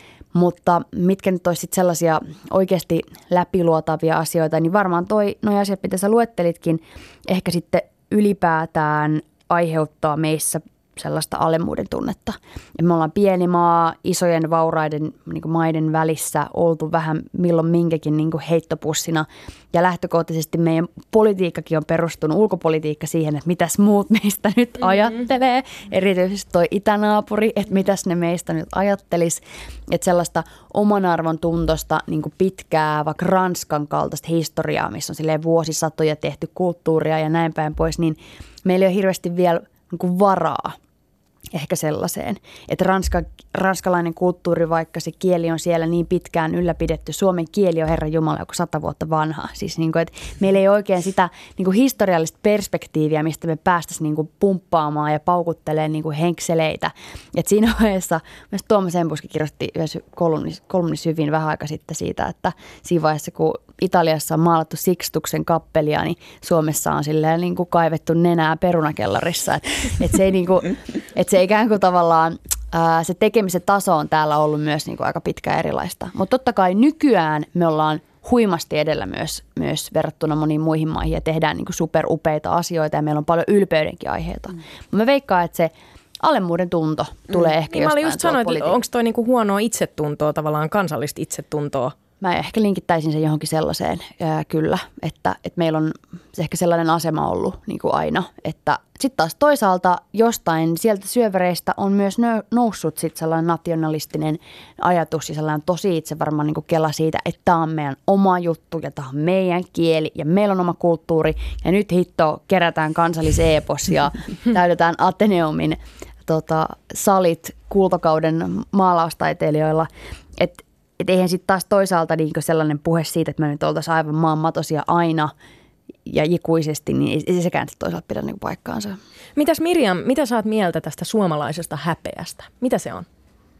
Mutta mitkä nyt olisi sellaisia oikeasti läpiluotavia asioita, niin varmaan toi, noi asiat, mitä sä luettelitkin, ehkä sitten ylipäätään aiheuttaa meissä sellaista alemmuuden tunnetta. Ja me ollaan pieni maa, isojen vauraiden niin kuin maiden välissä oltu vähän milloin minkäkin niin kuin heittopussina. Ja lähtökohtaisesti meidän politiikkakin on perustunut, ulkopolitiikka siihen, että mitäs muut meistä nyt mm-hmm. ajattelee. Erityisesti toi itänaapuri, että mitäs ne meistä nyt ajattelis. Että sellaista oman arvon tuntosta niin kuin pitkää, vaikka Ranskan kaltaista historiaa, missä on silleen vuosisatoja tehty kulttuuria ja näin päin pois, niin meillä ei ole hirveästi vielä niin kuin varaa ehkä sellaiseen, että ranska, ranskalainen kulttuuri, vaikka se kieli on siellä niin pitkään ylläpidetty, suomen kieli on Herran Jumala joku sata vuotta vanha. Siis niin kuin, että meillä ei oikein sitä niin kuin historiallista perspektiiviä, mistä me päästäisiin niin kuin pumppaamaan ja paukuttelemaan niin kuin henkseleitä. Et siinä vaiheessa, myös Tuomas Embuski kirjoitti yhdessä kolumnissa hyvin vähän aika sitten siitä, että siinä vaiheessa, kun Italiassa on maalattu Sixtuksen kappelia, niin Suomessa on silleen niin kuin kaivettu nenää perunakellarissa. Että et se, niin et se ikään kuin tavallaan ää, se tekemisen taso on täällä ollut myös niin kuin aika pitkään erilaista. Mutta totta kai nykyään me ollaan huimasti edellä myös, myös verrattuna moniin muihin maihin ja tehdään niin kuin superupeita asioita ja meillä on paljon ylpeydenkin aiheita. Mm. Mutta mä veikkaan, että se alemmuuden tunto tulee mm. ehkä niin jostain. Mä olin just sanoa, että onko toi niin kuin huonoa itsetuntoa, tavallaan kansallista itsetuntoa? Mä ehkä linkittäisin sen johonkin sellaiseen ää, kyllä, että, että meillä on ehkä sellainen asema ollut niin kuin aina. Että sitten taas toisaalta jostain sieltä syövereistä on myös noussut sit sellainen nationalistinen ajatus ja sellainen tosi itse varmaan niin kuin kela siitä, että tämä on meidän oma juttu ja tämä on meidän kieli ja meillä on oma kulttuuri. Ja nyt hitto kerätään kansalliseepos ja täydetään Ateneumin tota, salit kultakauden maalaustaiteilijoilla, että Että eihän sitten taas toisaalta niin sellainen puhe siitä, että me nyt oltaisiin aivan maanmatosia aina ja ikuisesti, niin ei sekään toisaalta pidä niin paikkaansa. Mitäs Mirjam, mitä sä oot mieltä tästä suomalaisesta häpeästä? Mitä se on?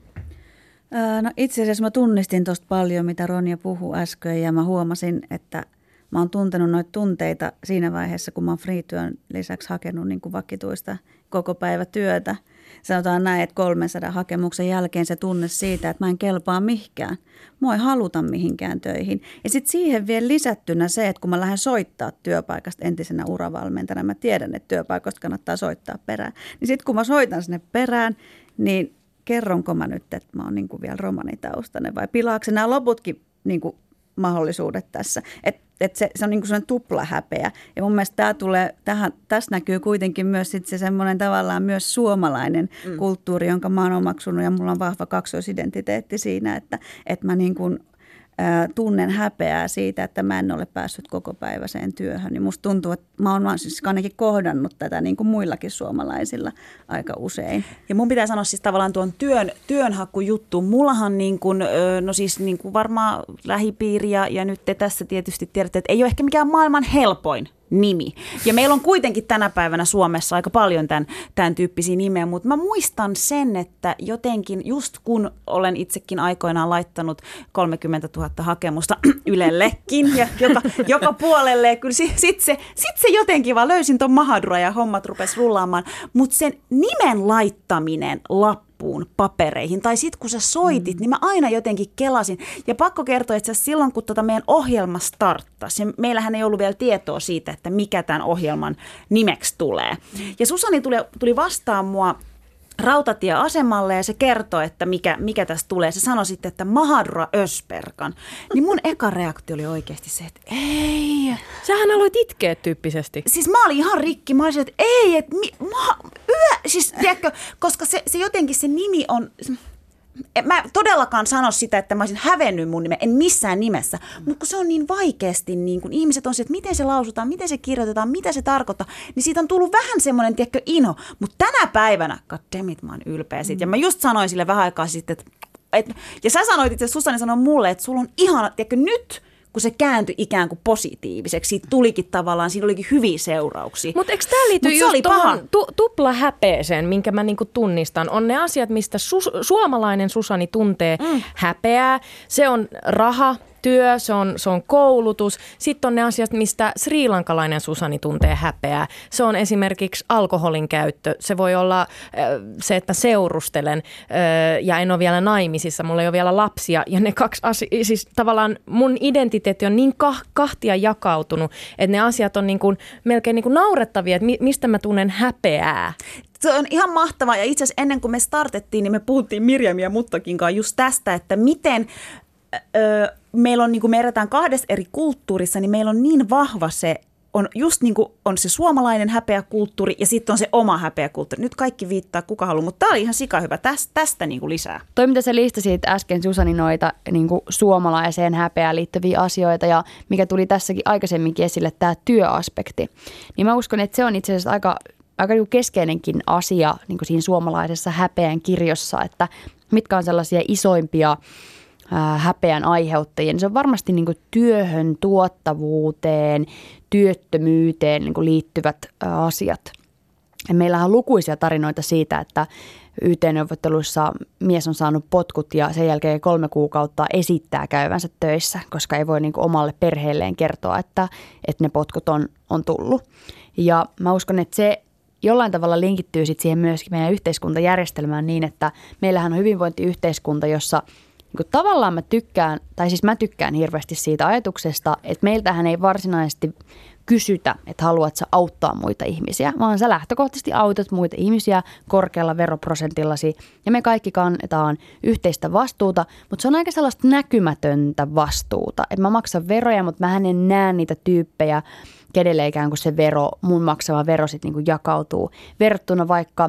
No itse asiassa mä tunnistin tuosta paljon, mitä Ronja puhui äsken ja mä huomasin, että mä oon tuntenut noita tunteita siinä vaiheessa, kun mä oon friityön lisäksi hakenut niin kuin vakituista koko päivä työtä. Sanotaan näin, että kolmensadan hakemuksen jälkeen se tunne siitä, että mä en kelpaa mihinkään. Mua ei haluta mihinkään töihin. Ja sitten siihen vielä lisättynä se, että kun mä lähden soittaa työpaikasta entisenä uravalmentajana, mä tiedän, että työpaikasta kannattaa soittaa perään. Niin sitten kun mä soitan sinne perään, niin kerronko mä nyt, että mä oon niin kuin vielä romanitaustainen vai pilaako nämä loputkin niin kuin mahdollisuudet tässä. Että et se, se on niin kuin sellainen tupla häpeä. Ja mun mielestä tää tulee, tähän, tässä näkyy kuitenkin myös sit se semmoinen tavallaan myös suomalainen mm. kulttuuri, jonka mä oon omaksunut ja mulla on vahva kaksoisidentiteetti siinä, että, että mä niin kuin tunnen häpeää siitä, että mä en ole päässyt kokopäiväiseen työhön. Niin musta tuntuu, että mä oon siis ainakin kohdannut tätä niin kuin muillakin suomalaisilla aika usein. Ja mun pitää sanoa siis tavallaan tuon työn, työnhakujuttuun. Mullahan niin kuin, no siis niin kuin varmaan lähipiiri ja, ja nyt te tässä tietysti tiedätte, että ei ole ehkä mikään maailman helpoin nimi. Ja meillä on kuitenkin tänä päivänä Suomessa aika paljon tämän, tämän tyyppisiä nimeä, mutta mä muistan sen, että jotenkin just kun olen itsekin aikoinaan laittanut kolmekymmentätuhatta hakemusta Ylellekin ja joka, joka puolelle, kyllä sit, sit, se, sit se jotenkin vaan löysin ton Mahadura ja hommat rupesi rullaamaan, mutta sen nimen laittaminen lappuun papereihin, tai sitten kun sä soitit, mm. niin mä aina jotenkin kelasin. Ja pakko kertoa, että silloin kun tota meidän ohjelma starttasi, meillähän ei ollut vielä tietoa siitä, että mikä tämän ohjelman nimeksi tulee. Mm. Ja Susani tuli, tuli vastaan mua rautatieasemalle ja se kertoi, että mikä, mikä tästä tulee. Se sanoi sitten, että Mahadura Ösperkan. Niin mun eka reaktio oli oikeasti se, että ei. Sähän aloit itkeä tyyppisesti. Siis mä olin ihan rikki. Mä olisin, että ei, että mi, ma, yö. Siis tiedätkö, koska se, se jotenkin se nimi on... Mä todellakaan sano sitä, että mä olisin hävennyt mun nimen, en missään nimessä, mutta kun se on niin vaikeasti, niin kun ihmiset on se, että miten se lausutaan, miten se kirjoitetaan, mitä se tarkoittaa, niin siitä on tullut vähän semmoinen, tiedätkö, ino. Mutta tänä päivänä, goddammit, mä oon ylpeä siitä. Ja mä just sanoin sille vähän aikaa sitten, että, että ja sä sanoit itse, Susani sanoi mulle, että sulla on ihana, tiedätkö, nyt kun se kääntyi ikään kuin positiiviseksi, siitä tulikin tavallaan, siinä olikin hyviä seurauksia. Mutta eikö tämä liity Mut just tuohon tu- tuplahäpeeseen, minkä mä niinku tunnistan? On ne asiat, mistä su- suomalainen Susani tuntee mm. häpeää. Se on raha, työ, se on, se on koulutus. Sitten on ne asiat, mistä sriilankalainen Susani tuntee häpeää. Se on esimerkiksi alkoholin käyttö. Se voi olla äh, se, että seurustelen äh, ja en ole vielä naimisissa, mulla ei ole vielä lapsia. Ja ne kaksi asiaa, siis tavallaan mun identiteetti on niin kah- kahtia jakautunut, että ne asiat on niin kuin, melkein niin kuin naurettavia, että mi- mistä mä tunnen häpeää. Se on ihan mahtavaa ja itse asiassa ennen kuin me startettiin, niin me puhuttiin Mirjam ja Muttakin kanssa just tästä, että miten... Öö, meillä on, niin kuin me eletään kahdessa eri kulttuurissa, niin meillä on niin vahva se, on just niin kuin on se suomalainen häpeäkulttuuri ja sitten on se oma häpeäkulttuuri. Nyt kaikki viittaa kuka haluaa, mutta tämä oli ihan sikahyvä. Tästä, tästä niin kuin lisää. Toi, mitä sä listasit äsken, Susani, noita niin kuin suomalaiseen häpeään liittyviä asioita ja mikä tuli tässäkin aikaisemminkin esille, tämä työaspekti. Niin mä uskon, että se on itse asiassa aika, aika keskeinenkin asia niin kuin siinä suomalaisessa häpeän kirjossa, että mitkä on sellaisia isoimpia häpeän aiheuttajia, niin se on varmasti niin kuin työhön, tuottavuuteen, työttömyyteen niin kuin liittyvät asiat. Ja meillähän on lukuisia tarinoita siitä, että Y T-neuvotteluissa mies on saanut potkut ja sen jälkeen kolme kuukautta esittää käyvänsä töissä, koska ei voi niin kuin omalle perheelleen kertoa, että, että ne potkut on, on tullut. Ja mä uskon, että se jollain tavalla linkittyy sit siihen myöskin meidän yhteiskuntajärjestelmään niin, että meillähän on hyvinvointiyhteiskunta, jossa niin tavallaan mä tykkään, tai siis mä tykkään hirveästi siitä ajatuksesta, että meiltähän ei varsinaisesti kysytä, että haluat sä auttaa muita ihmisiä, vaan sä lähtökohtaisesti autat muita ihmisiä korkealla veroprosentillasi ja me kaikki kannetaan yhteistä vastuuta, mutta se on aika sellaista näkymätöntä vastuuta, että mä maksan veroja, mutta mä en näe niitä tyyppejä, kenelle ikään kuin se vero, mun maksama vero sitten niin kuin jakautuu verrattuna vaikka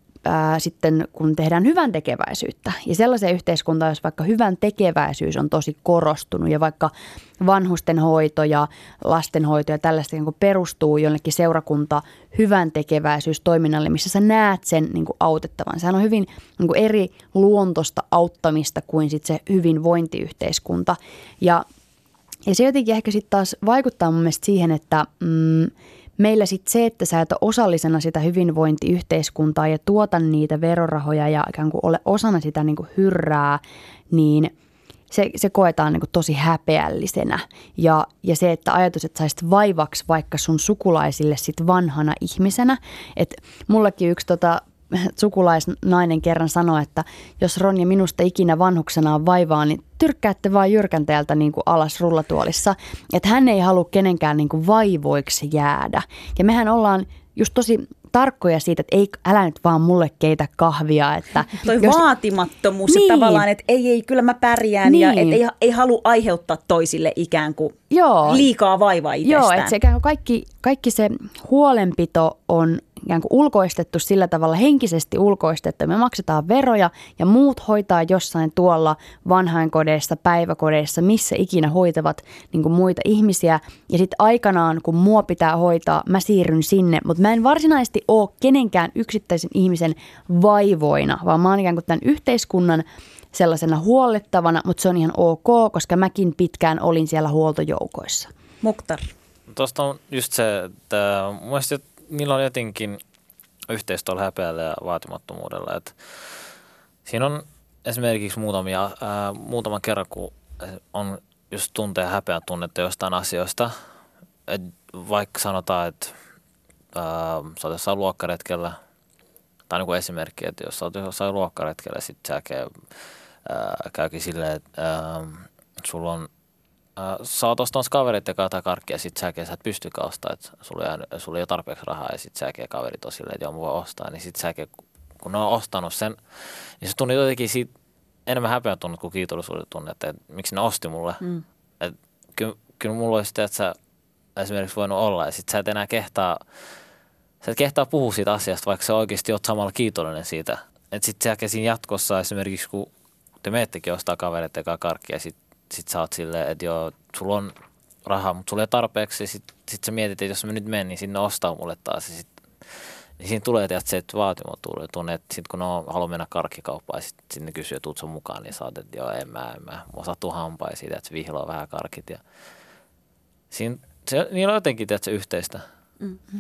Ää, sitten kun tehdään hyvän tekeväisyyttä ja sellaiseen yhteiskuntaan, jos vaikka hyvän tekeväisyys on tosi korostunut ja vaikka vanhustenhoito ja lastenhoito ja tällaista niin kuin perustuu jonnekin seurakunta hyvän tekeväisyys toiminnalle, missä sä näet sen niin kuin autettavan. Sehän on hyvin niin kuin eri luontoista auttamista kuin sit se hyvinvointiyhteiskunta ja, ja se jotenkin ehkä sitten taas vaikuttaa mun mielestä siihen, että mm, meillä sitten se, että sä et ole osallisena sitä hyvinvointiyhteiskuntaa ja tuota niitä verorahoja ja ikään kuin ole osana sitä niin kuin hyrrää, niin se, se koetaan niin kuin tosi häpeällisenä. Ja, ja se, että ajatus, että saisit vaivaksi vaikka sun sukulaisille sit vanhana ihmisenä. Että mullekin yksi tota, sukulaisnainen kerran sanoi, että jos Ronja minusta ikinä vanhuksena on vaivaa, niin tyrkkäätte vaan jyrkänteeltä niin kuin alas rullatuolissa. Että hän ei halua kenenkään niin kuin vaivoiksi jäädä. Ja mehän ollaan just tosi tarkkoja siitä, että ei, älä nyt vaan mulle keitä kahvia. Että toi jos, vaatimattomuus niin, tavallaan, että ei, ei, kyllä mä pärjään niin, ja että ei, ei halua aiheuttaa toisille ikään kuin joo, liikaa vaivaa itsestään. Joo, että se ikään kuin kaikki, kaikki se huolenpito on ikään kuin ulkoistettu sillä tavalla, henkisesti ulkoistettu. Me maksetaan veroja ja muut hoitaa jossain tuolla vanhainkodeissa, päiväkodeissa, missä ikinä hoitavat niin kuin muita ihmisiä. Ja sitten aikanaan, kun mua pitää hoitaa, mä siirryn sinne. Mutta mä en varsinaisesti ole kenenkään yksittäisen ihmisen vaivoina, vaan mä oon ikään kuin tämän yhteiskunnan sellaisena huollettavana, mutta se on ihan ok, koska mäkin pitkään olin siellä huoltojoukoissa. Mukhtar. Tuosta on just se, että mun mielestä niillä on jotenkin yhteistä tuolla häpeällä ja vaatimattomuudella. Että siinä on esimerkiksi muutamia, ää, muutaman kerran, kun on just tuntee häpeän tunnetta jostain asioista. Et vaikka sanotaan, että ää, sä oot jossain luokkaretkellä, tai niin kuin esimerkki, että jos sä oot jossain luokkaretkellä, sit sä käy, ää, käykin silleen, että ää, sulla on Äh, sä oot ostamassa kavereiden kanssa tai karkkia ja sit säkin sä et pystykään ostaa, että sulla, sulla ei ole tarpeeksi rahaa ja sit säkin kaverit on silleen, että joo mä voin ostaa, niin sit säkin kun ne on ostanut sen, niin se tunni jotenkin siitä enemmän häpeän tunnet kuin kiitollisuuden tunne, että, että miksi ne osti mulle. Mm. Että kyllä, kyllä mulla olisi sitä, että sä esimerkiksi voinut olla ja sit sä et enää kehtaa, sä et kehtaa puhua siitä asiasta, vaikka sä oikeasti oot samalla kiitollinen siitä. Että sit säkin siinä jatkossa esimerkiksi kun te meettekin ostaa kavereiden kanssa karkkia ja sit sitten sä oot silleen, että joo, sulla on rahaa, mutta sulla ei ole tarpeeksi. Ja sitten sit sä mietit, että jos mä nyt menen, niin sinne ostaa mulle taas. Ja sit, niin siinä tulee tietysti se, että vaatimattomuuden tunne, että sitten kun ne on, haluaa mennä karkkikauppaan, ja sitten sit ne kysyy, että tuut sun mukaan, niin sä oot, että joo, en mä, en mä. Mua sattuu hampaa siitä, että se vihloa vähän karkit. Ja siinä, se, niillä on jotenkin tietysti yhteistä. Mm-hmm.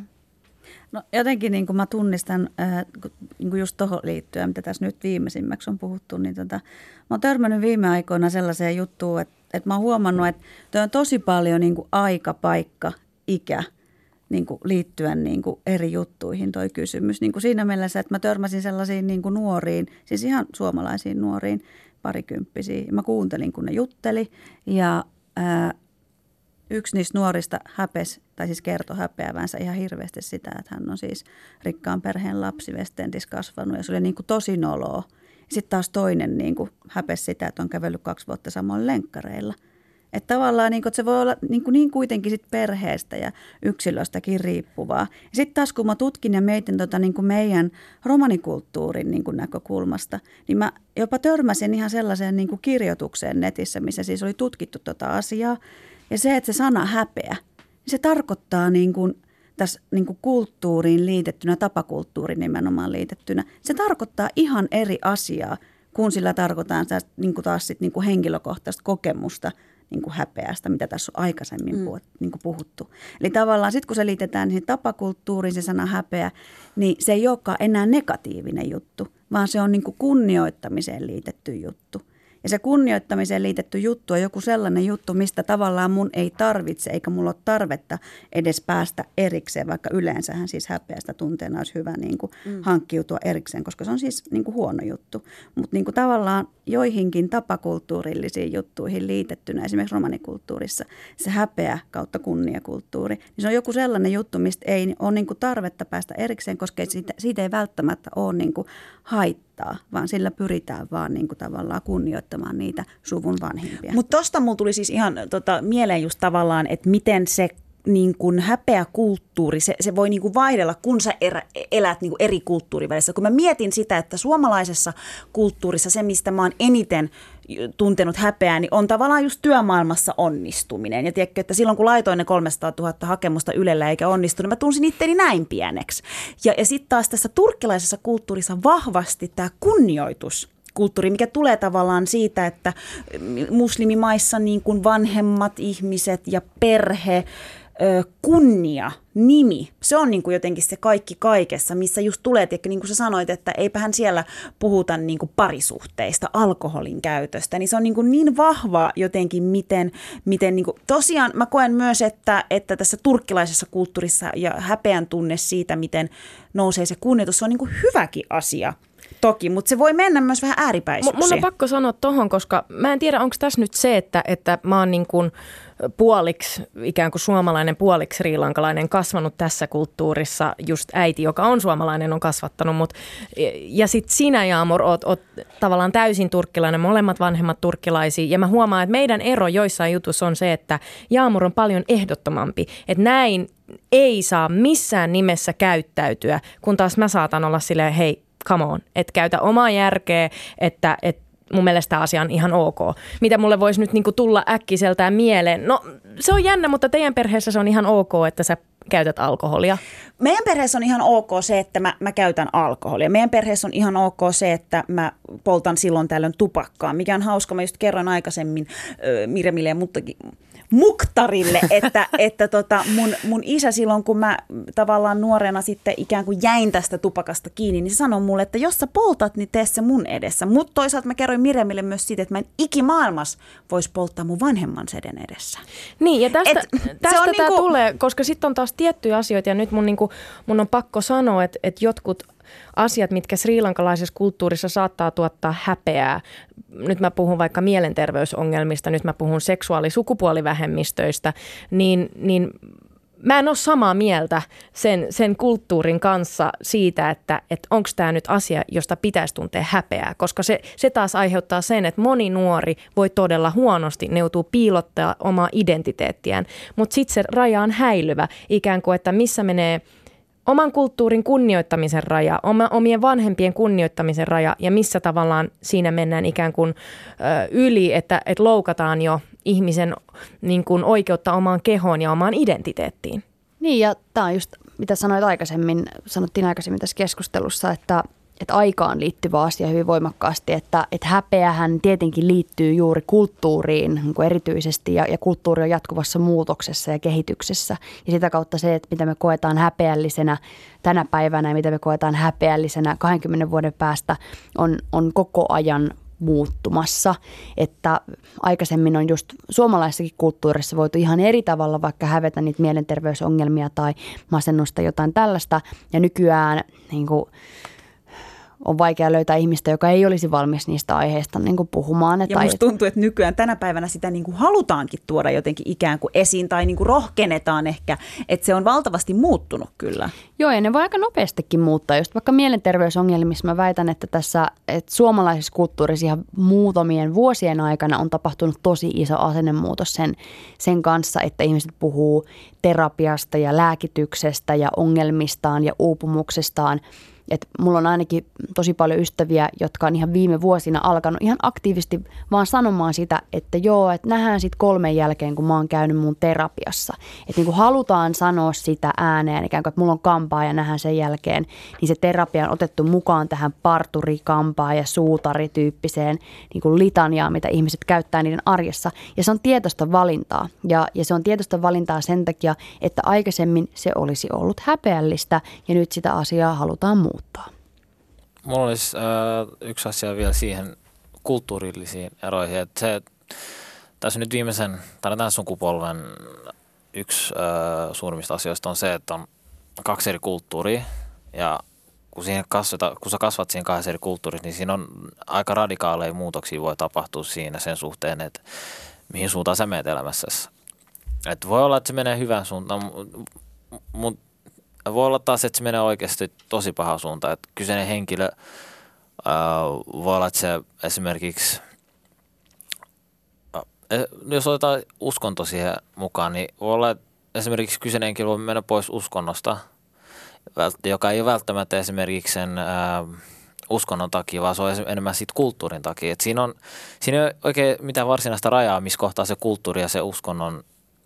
No jotenkin niin kuin mä tunnistan, äh, niin kuin just tuohon liittyen, mitä tässä nyt viimeisimmäksi on puhuttu, niin tota, mä oon törmännyt viime aikoina sellaiseen juttuun, että, että mä oon huomannut, että toi on tosi paljon niin kuin aika, paikka, ikä niin kuin liittyen niin kuin eri juttuihin toi kysymys. Niin kuin siinä mielessä, että mä törmäsin sellaisiin niin kuin nuoriin, siis ihan suomalaisiin nuoriin, parikymppisiin. Mä kuuntelin, kun ne jutteli ja ää, yksi niistä nuorista häpesi, tai siis kertoi häpeävänsä ihan hirveästi sitä, että hän on siis rikkaan perheen lapsi Westendissä kasvanut ja se oli niin kuin tosi noloa. Sitten taas toinen niin kuin häpesi sitä, että on kävellyt kaksi vuotta samoilla lenkkareilla. Että tavallaan niin kuin, että se voi olla niin, kuin niin kuitenkin sit perheestä ja yksilöstäkin riippuvaa. Sitten taas kun mä tutkin ja mietin tota niin kuin meidän romanikulttuurin niin kuin näkökulmasta, niin mä jopa törmäsin ihan sellaiseen niin kuin kirjoitukseen netissä, missä siis oli tutkittu tota asiaa. Ja se, että se sana häpeä, niin se tarkoittaa niin kuin tässä niin kuin kulttuuriin liitettynä, tapakulttuuriin nimenomaan liitettynä, se tarkoittaa ihan eri asiaa, kun sillä tarkoitetaan sitä, niin kuin taas sit niin kuin henkilökohtaista kokemusta niin kuin häpeästä, mitä tässä on aikaisemmin mm. niin kuin puhuttu. Eli tavallaan sitten kun se liitetään niin tapakulttuuriin se sana häpeä, niin se ei olekaan enää negatiivinen juttu, vaan se on niin kuin kunnioittamiseen liitetty juttu. Ja se kunnioittamiseen liitetty juttu on joku sellainen juttu, mistä tavallaan mun ei tarvitse, eikä mulla ole tarvetta edes päästä erikseen, vaikka yleensähän siis häpeästä tunteena olisi hyvä niin kuin mm. hankkiutua erikseen, koska se on siis niin kuin huono juttu. Mutta niin kuin tavallaan joihinkin tapakulttuurillisiin juttuihin liitettynä, esimerkiksi romanikulttuurissa, se häpeä kautta kunniakulttuuri, niin se on joku sellainen juttu, mistä ei ole niin kuin tarvetta päästä erikseen, koska siitä, siitä ei välttämättä ole niin kuin haittaa, vaan sillä pyritään vaan niin kuin tavallaan kunnioittamaan niitä suvun vanhimpia. Mutta tosta mulla tuli siis ihan tota, mieleen just tavallaan, että miten se niin kuin häpeä kulttuuri, se, se voi niin kuin vaihdella, kun sä erä, elät niin kuin eri kulttuurivälissä. Kun mä mietin sitä, että suomalaisessa kulttuurissa se, mistä mä oon eniten tuntenut häpeää, niin on tavallaan just työmaailmassa onnistuminen. Ja tiedätkö, että silloin kun laitoin ne kolmesataatuhatta hakemusta Ylellä eikä onnistunut, mä tunsin itteni näin pieneksi. Ja, ja sitten taas tässä turkkilaisessa kulttuurissa vahvasti tämä kunnioitus. Kulttuuri, mikä tulee tavallaan siitä, että muslimimaissa niin kuin vanhemmat ihmiset ja perhe, kunnia, nimi, se on niin kuin jotenkin se kaikki kaikessa, missä just tulee, tiedätkö, niin kuin sä sanoit, että eipähän siellä puhuta niin kuin parisuhteista, alkoholin käytöstä, niin se on niin kuin niin vahva jotenkin, miten, miten niin kuin, tosiaan mä koen myös, että, että tässä turkkilaisessa kulttuurissa ja häpeän tunne siitä, miten nousee se kunnioitus, se on niin kuin hyväkin asia. Toki, mutta se voi mennä myös vähän ääripäisyyksiin. Mun on pakko sanoa tohon, koska mä en tiedä, onko tässä nyt se, että, että mä oon niin kuin puoliksi, ikään kuin suomalainen, puoliksi srilankalainen, kasvanut tässä kulttuurissa, just äiti, joka on suomalainen, on kasvattanut mut. Ja sit sinä, Jaamur, oot, oot tavallaan täysin turkkilainen, molemmat vanhemmat turkkilaisia, ja mä huomaan, että meidän ero joissain jutussa on se, että Jaamur on paljon ehdottomampi, että näin ei saa missään nimessä käyttäytyä, kun taas mä saatan olla silleen, hei, come on, että käytä omaa järkeä, että, että mun mielestä tämä asia on ihan ok. Mitä mulle voisi nyt niinku tulla äkkiseltään mieleen? No se on jännä, mutta teidän perheessä se on ihan ok, että sä käytät alkoholia. Meidän perheessä on ihan ok se, että mä, mä käytän alkoholia. Meidän perheessä on ihan ok se, että mä poltan silloin tällöin tupakkaa, mikä on hauska. Mä just kerron aikaisemmin äh, Mirjamille ja muutakin, muktarille, että, että tota mun, mun isä silloin, kun mä tavallaan nuorena sitten ikään kuin jäin tästä tupakasta kiinni, niin se sanoi mulle, että jos sä poltat, niin tee se mun edessä. Mutta toisaalta mä kerroin Mirjamille myös siitä, että mä en ikimaailmassa voisi polttaa mun vanhemman seden edessä. Niin, ja tästä, Et, tästä tämä niinku tulee, koska sitten on taas tiettyjä asioita, ja nyt mun, niinku, mun on pakko sanoa, että, että jotkut asiat, mitkä srilankalaisessa kulttuurissa saattaa tuottaa häpeää. Nyt mä puhun vaikka mielenterveysongelmista, nyt mä puhun seksuaali-sukupuolivähemmistöistä, niin, niin mä en ole samaa mieltä sen, sen kulttuurin kanssa siitä, että, että onko tämä nyt asia, josta pitäisi tuntea häpeää, koska se, se taas aiheuttaa sen, että moni nuori voi todella huonosti, ne joutuu piilottaa omaa identiteettiään, mutta sitten se raja on häilyvä, ikään kuin, että missä menee oman kulttuurin kunnioittamisen raja, oma, omien vanhempien kunnioittamisen raja ja missä tavallaan siinä mennään ikään kuin ö, yli, että, että loukataan jo ihmisen niin kuin oikeutta omaan kehoon ja omaan identiteettiin. Niin, ja tämä on just mitä sanoit aikaisemmin, sanottiin aikaisemmin tässä keskustelussa, että että aikaan liittyvä asia hyvin voimakkaasti, että, että häpeähän tietenkin liittyy juuri kulttuuriin niin kuin erityisesti ja, ja kulttuuri on jatkuvassa muutoksessa ja kehityksessä. Ja sitä kautta se, että mitä me koetaan häpeällisenä tänä päivänä ja mitä me koetaan häpeällisenä kahdenkymmenen vuoden päästä on, on koko ajan muuttumassa, että aikaisemmin on just suomalaisessakin kulttuurissa voitu ihan eri tavalla vaikka hävetä niitä mielenterveysongelmia tai masennusta jotain tällaista ja nykyään niin kuin on vaikea löytää ihmistä, joka ei olisi valmis niistä aiheista niin kuin puhumaan. Ja musta tuntuu, että nykyään tänä päivänä sitä niin kuin halutaankin tuoda jotenkin ikään kuin esiin tai niin kuin rohkenetaan ehkä, että se on valtavasti muuttunut kyllä. Joo, ja ne voi aika nopeastikin muuttaa. Just vaikka mielenterveysongelmissa mä väitän, että tässä että suomalaisessa kulttuurissa ihan muutamien vuosien aikana on tapahtunut tosi iso asennemuutos sen, sen kanssa, että ihmiset puhuu terapiasta ja lääkityksestä ja ongelmistaan ja uupumuksestaan. Et mulla on ainakin tosi paljon ystäviä, jotka on ihan viime vuosina alkanut ihan aktiivisesti vaan sanomaan sitä, että joo, että nähdään sitten kolmen jälkeen, kun mä oon käynyt mun terapiassa. Että niin halutaan sanoa sitä ääneen, ikään kuin, että mulla on kampaa ja nähdään sen jälkeen, niin se terapia on otettu mukaan tähän parturi-kampaa ja suutarityyppiseen niin kuin litaniaan, mitä ihmiset käyttää niiden arjessa. Ja se on tietoista valintaa. Ja, ja se on tietoista valintaa sen takia, että aikaisemmin se olisi ollut häpeällistä ja nyt sitä asiaa halutaan muuttaa. Mulla olisi äh, yksi asia vielä siihen kulttuurillisiin eroihin, että se, tässä nyt viimeisen, tai tämän sukupolven yksi äh, suurimmista asioista on se, että on kaksi eri kulttuuria, ja kun, siihen kasvata, kun sä kasvat siihen kahdessa eri kulttuurissa, niin siinä on aika radikaaleja muutoksia voi tapahtua siinä sen suhteen, että mihin suuntaan sä menet elämässäsi. Että voi olla, että se menee hyvään suuntaan, mutta voi olla taas, että se menee oikeasti tosi paha suuntaan. Että kyseinen henkilö ää, voi olla, että se esimerkiksi, ää, jos otetaan uskonto siihen mukaan, niin voi olla, että esimerkiksi kyseinen henkilö voi mennä pois uskonnosta, joka ei ole välttämättä esimerkiksi sen ää, uskonnon takia, vaan se on enemmän siitä kulttuurin takia. Et siinä, on, siinä ei ole oikein mitään varsinaista rajaa, missä kohtaa se kulttuuri ja se uskonnon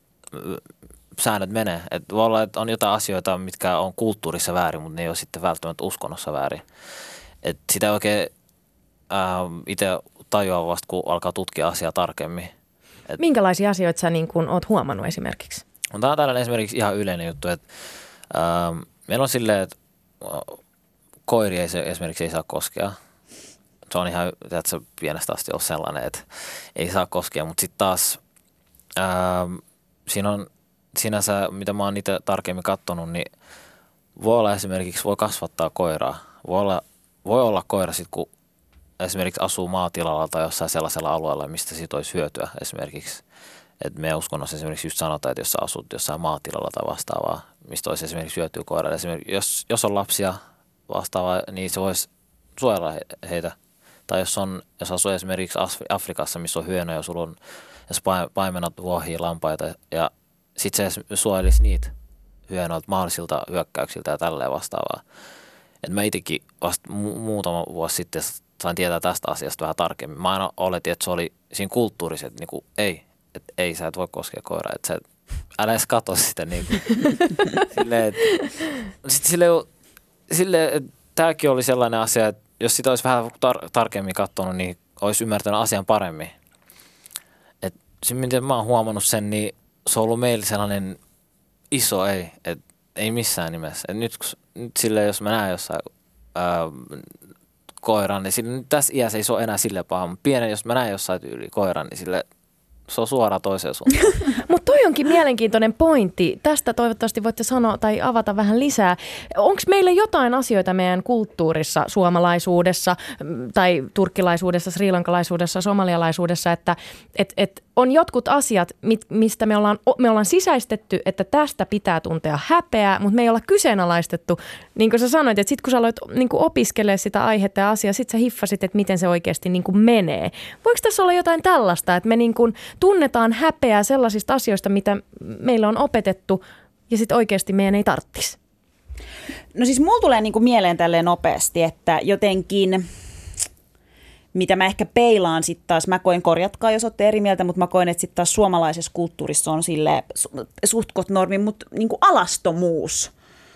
säännöt menee. Et voi olla, että on jotain asioita, mitkä on kulttuurissa väärin, mutta ne ei ole sitten välttämättä uskonnossa väärin. Et sitä oikein itse tajuaa vasta, kun alkaa tutkia asiaa tarkemmin. Et minkälaisia asioita sä niin kun oot huomannut esimerkiksi? Tämä on tällainen esimerkiksi ihan yleinen juttu, että ää, meillä on silleen, että koiri ei se, esimerkiksi ei saa koskea. Se on ihan, tiedätkö, pienestä asti ollut sellainen, että ei saa koskea, mutta sitten taas ää, siinä on sinänsä, mitä mä oon itse tarkemmin katsonut, niin voi olla esimerkiksi, voi kasvattaa koiraa. Voi olla, voi olla koira sitten, kun esimerkiksi asuu maatilalla tai jossain sellaisella alueella, mistä siitä olisi hyötyä esimerkiksi. Et meidän uskonnossa esimerkiksi just sanotaan, että jos sä asut jossain maatilalla tai vastaavaa, mistä olisi esimerkiksi hyötyä koiralle. Esimerkiksi jos, jos on lapsia vastaavaa, niin se voisi suojella heitä. Tai jos, on, jos asuu esimerkiksi Afrikassa, missä on hyönoja, jos sulla on, jos paimenat vuohia, lampaita ja sitten se suojelisi niitä hyönoilta mahdollisilta hyökkäyksiltä ja tälleen vastaavaa. Et mä itsekin vasta mu- muutama vuosi sitten sain tietää tästä asiasta vähän tarkemmin. Mä aina oletin, että se oli siinä kulttuurissa, että niinku, ei, että ei, sä et voi koskea koiraa. Että älä edes katso sitä. Niinku. Silleen, et, sit silleen, silleen, että tämäkin oli sellainen asia, että jos sitä olisi vähän tar- tarkemmin katsonut, niin olisi ymmärtänyt asian paremmin. se, miten mä oon huomannut sen, niin se on ollut meillä sellainen iso ei, että ei missään nimessä. Et nyt, nyt silleen, jos mä näen jossain ää, koiran, niin sille, tässä iässä ei se ole enää silleen paha, mutta pienen, jos mä näen jossain yli koiran, niin sille se on suoraan toiseen suuntaan. Mutta toi onkin mielenkiintoinen pointti. Tästä toivottavasti voitte sanoa tai avata vähän lisää. Onko meillä jotain asioita meidän kulttuurissa, suomalaisuudessa tai turkkilaisuudessa, srilankalaisuudessa, somalialaisuudessa, että et, et on jotkut asiat, mistä me ollaan, me ollaan sisäistetty, että tästä pitää tuntea häpeää, mutta me ei olla kyseenalaistettu. Niin kuin sä sanoit, että sit kun sä aloit niin kuin opiskelemaan sitä aihetta ja asiaa, sit sä hiffasit, että miten se oikeasti niin kuin menee. Voiko tässä olla jotain tällaista, että me niin kuin tunnetaan häpeää sellaisista asioista, mitä meillä on opetettu ja sitten oikeasti meidän ei tarttisi? No siis mulla tulee niinku mieleen tälleen nopeasti, että jotenkin, mitä mä ehkä peilaan sitten taas, mä koen, korjatkaa jos olette eri mieltä, mutta mä koen, että sitten taas suomalaisessa kulttuurissa on sille suhtkot normi, mutta niinku alastomuus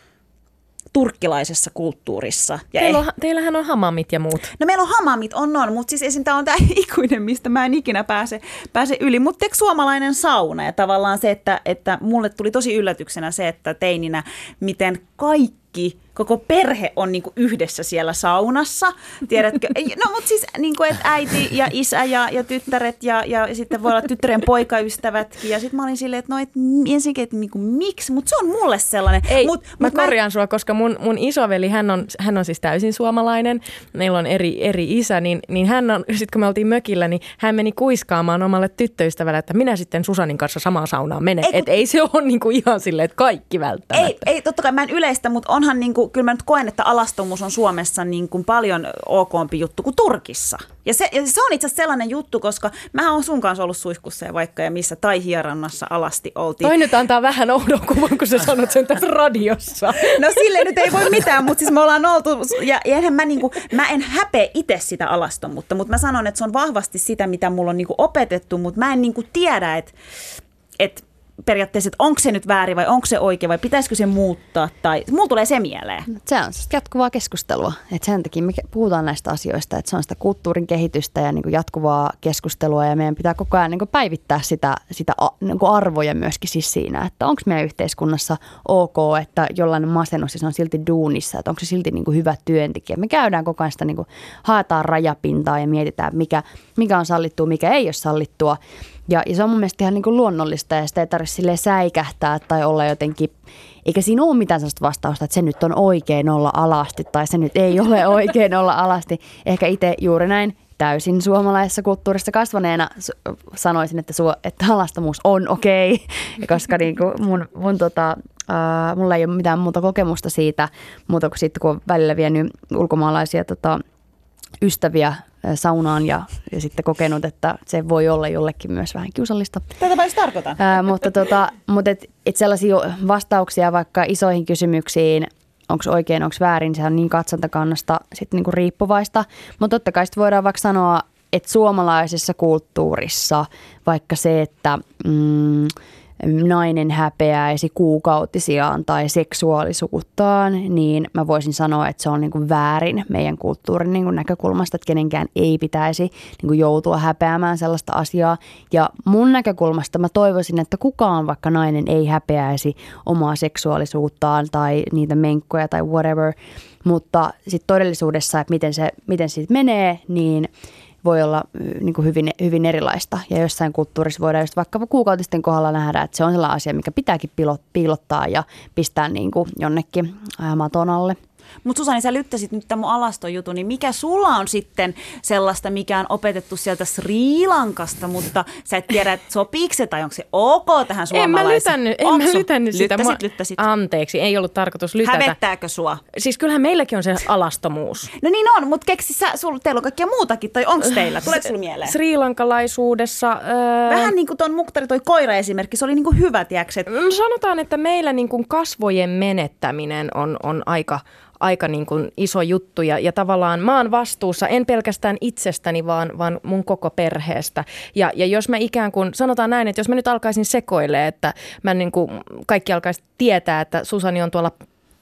turkkilaisessa kulttuurissa. Ja Teillä on, eh... Teillähän on hamamit ja muut. No meillä on hamamit, on on, mutta siis esim. Tämä on tämä ikuinen, mistä mä en ikinä pääse, pääse yli. Mutta teekö suomalainen sauna ja tavallaan se, että, että mulle tuli tosi yllätyksenä se, että teininä, miten kaikki, koko perhe on niinku yhdessä siellä saunassa, tiedätkö? No mutta siis niinku, että äiti ja isä ja, ja tyttäret ja, ja sitten voi olla tyttären poikaystävätkin. Ja sitten mä olin silleen, että no et, ensinnäkin, että niinku, miksi, mutta se on mulle sellainen. Ei, mut, mä mut korjaan mä... sua, koska mun, mun isoveli, hän on, hän on siis täysin suomalainen, meillä on eri, eri isä, niin, niin hän on, sitten kun me oltiin mökillä, niin hän meni kuiskaamaan omalle tyttöystävälle, että minä sitten Susanin kanssa samaan saunaan menen. Ei, kun... Että ei se ole niinku ihan silleen, että kaikki välttämättä. Ei, ei, totta kai mä en yleistä, mutta onhan niinku, kyllä mä nyt koen, että alastomuus on Suomessa niin kuin paljon okompi juttu kuin Turkissa. Ja se, ja se on itse asiassa sellainen juttu, koska mä oon sun kanssa ollut suihkussa ja vaikka ja missä tai hierannassa alasti oltiin. Toi nyt antaa vähän oudon kuvan, kun sä sanot sen tässä radiossa. No silleen nyt ei voi mitään, mutta siis me ollaan oltu, ja, ja mä, niin kuin, mä en häpeä itse sitä alastomuutta, mutta mä sanon, että se on vahvasti sitä, mitä mulla on niin kuin opetettu, mutta mä en niin kuin tiedä, että että periaatteessa, että onko se nyt väärin vai onko se oikein vai pitäisikö se muuttaa tai mulla tulee se mieleen. Se on jatkuvaa keskustelua, että sen takia me puhutaan näistä asioista, että se on sitä kulttuurin kehitystä ja niin kuin jatkuvaa keskustelua ja meidän pitää koko ajan niin kuin päivittää sitä, sitä niin kuin arvoja myöskin siis siinä, että onko meidän yhteiskunnassa ok, että jollainen masennus siis on silti duunissa, että onko se silti niin kuin hyvä työntekijä. Me käydään koko ajan sitä, niin kuin haetaan rajapintaa ja mietitään, mikä, mikä on sallittua, mikä ei ole sallittua. Ja, ja se on mun mielestä ihan niin kuin luonnollista ja sitä ei tarvitse silleen säikähtää tai olla jotenkin, eikä siinä ole mitään sellaista vastausta, että se nyt on oikein olla alasti tai se nyt ei ole oikein olla alasti. Ehkä itse juuri näin täysin suomalaisessa kulttuurissa kasvaneena sanoisin, että, su, että alastomuus on okei, okay, koska niin kuin mun, mun tota, äh, mulla ei ole mitään muuta kokemusta siitä, muuta kuin sitten kun on välillä vienyt ulkomaalaisia tota, ystäviä saunaan ja, ja sitten kokenut, että se voi olla jollekin myös vähän kiusallista. Tätä mä just tarkoitan. Ää, mutta tota, mutta et, et sellaisia vastauksia vaikka isoihin kysymyksiin, onko oikein, onko väärin, se on niin katsontakannasta sitten niinku riippuvaista. Mutta totta kai sitten voidaan vaikka sanoa, että suomalaisessa kulttuurissa vaikka se, että mm, nainen häpeäisi kuukautisiaan tai seksuaalisuuttaan, niin mä voisin sanoa, että se on niin kuin väärin meidän kulttuurin niin kuin näkökulmasta, että kenenkään ei pitäisi niin kuin joutua häpeämään sellaista asiaa. Ja mun näkökulmasta mä toivoisin, että kukaan vaikka nainen ei häpeäisi omaa seksuaalisuuttaan tai niitä menkkoja tai whatever, mutta sitten todellisuudessa, että miten se, miten siitä menee, niin voi olla niin kuin hyvin, hyvin erilaista. Ja jossain kulttuurissa voidaan just vaikka kuukautisten kohdalla nähdä, että se on sellainen asia, mikä pitääkin piilottaa ja pistää niin kuin jonnekin maton alle. Mutta Susani, sä lyttäsit nyt tämän mun alastojutun, niin mikä sulla on sitten sellaista, mikä on opetettu sieltä Sri Lankasta, mutta sä et tiedä, että sopiiko se tai onko se ok tähän suomalaiseen? En mä lytännyt, en mä lytännyt sitä. Lyttäsit, lyttäsit. Anteeksi, ei ollut tarkoitus lytätä. Hävettääkö sua? Siis kyllähän meilläkin on se alastomuus. No niin on, mutta keksi sä, sul, teillä on kaikkia muutakin, tai onko teillä? Tuleeko sulla mieleen? Srilankalaisuudessa. Öö... Vähän niin kuin tuon Muktari, toi koira-esimerkki, se oli niin kuin hyvä, tiedätkö? Sanotaan, että meillä niin kuin kasvojen menettäminen on, on aika... aika niin kuin iso juttu ja, ja tavallaan mä oon vastuussa en pelkästään itsestäni, vaan, vaan mun koko perheestä. Ja, ja jos mä ikään kuin, sanotaan näin, että jos mä nyt alkaisin sekoilemaan, että mä niin kuin kaikki alkaisi tietää, että Susani on tuolla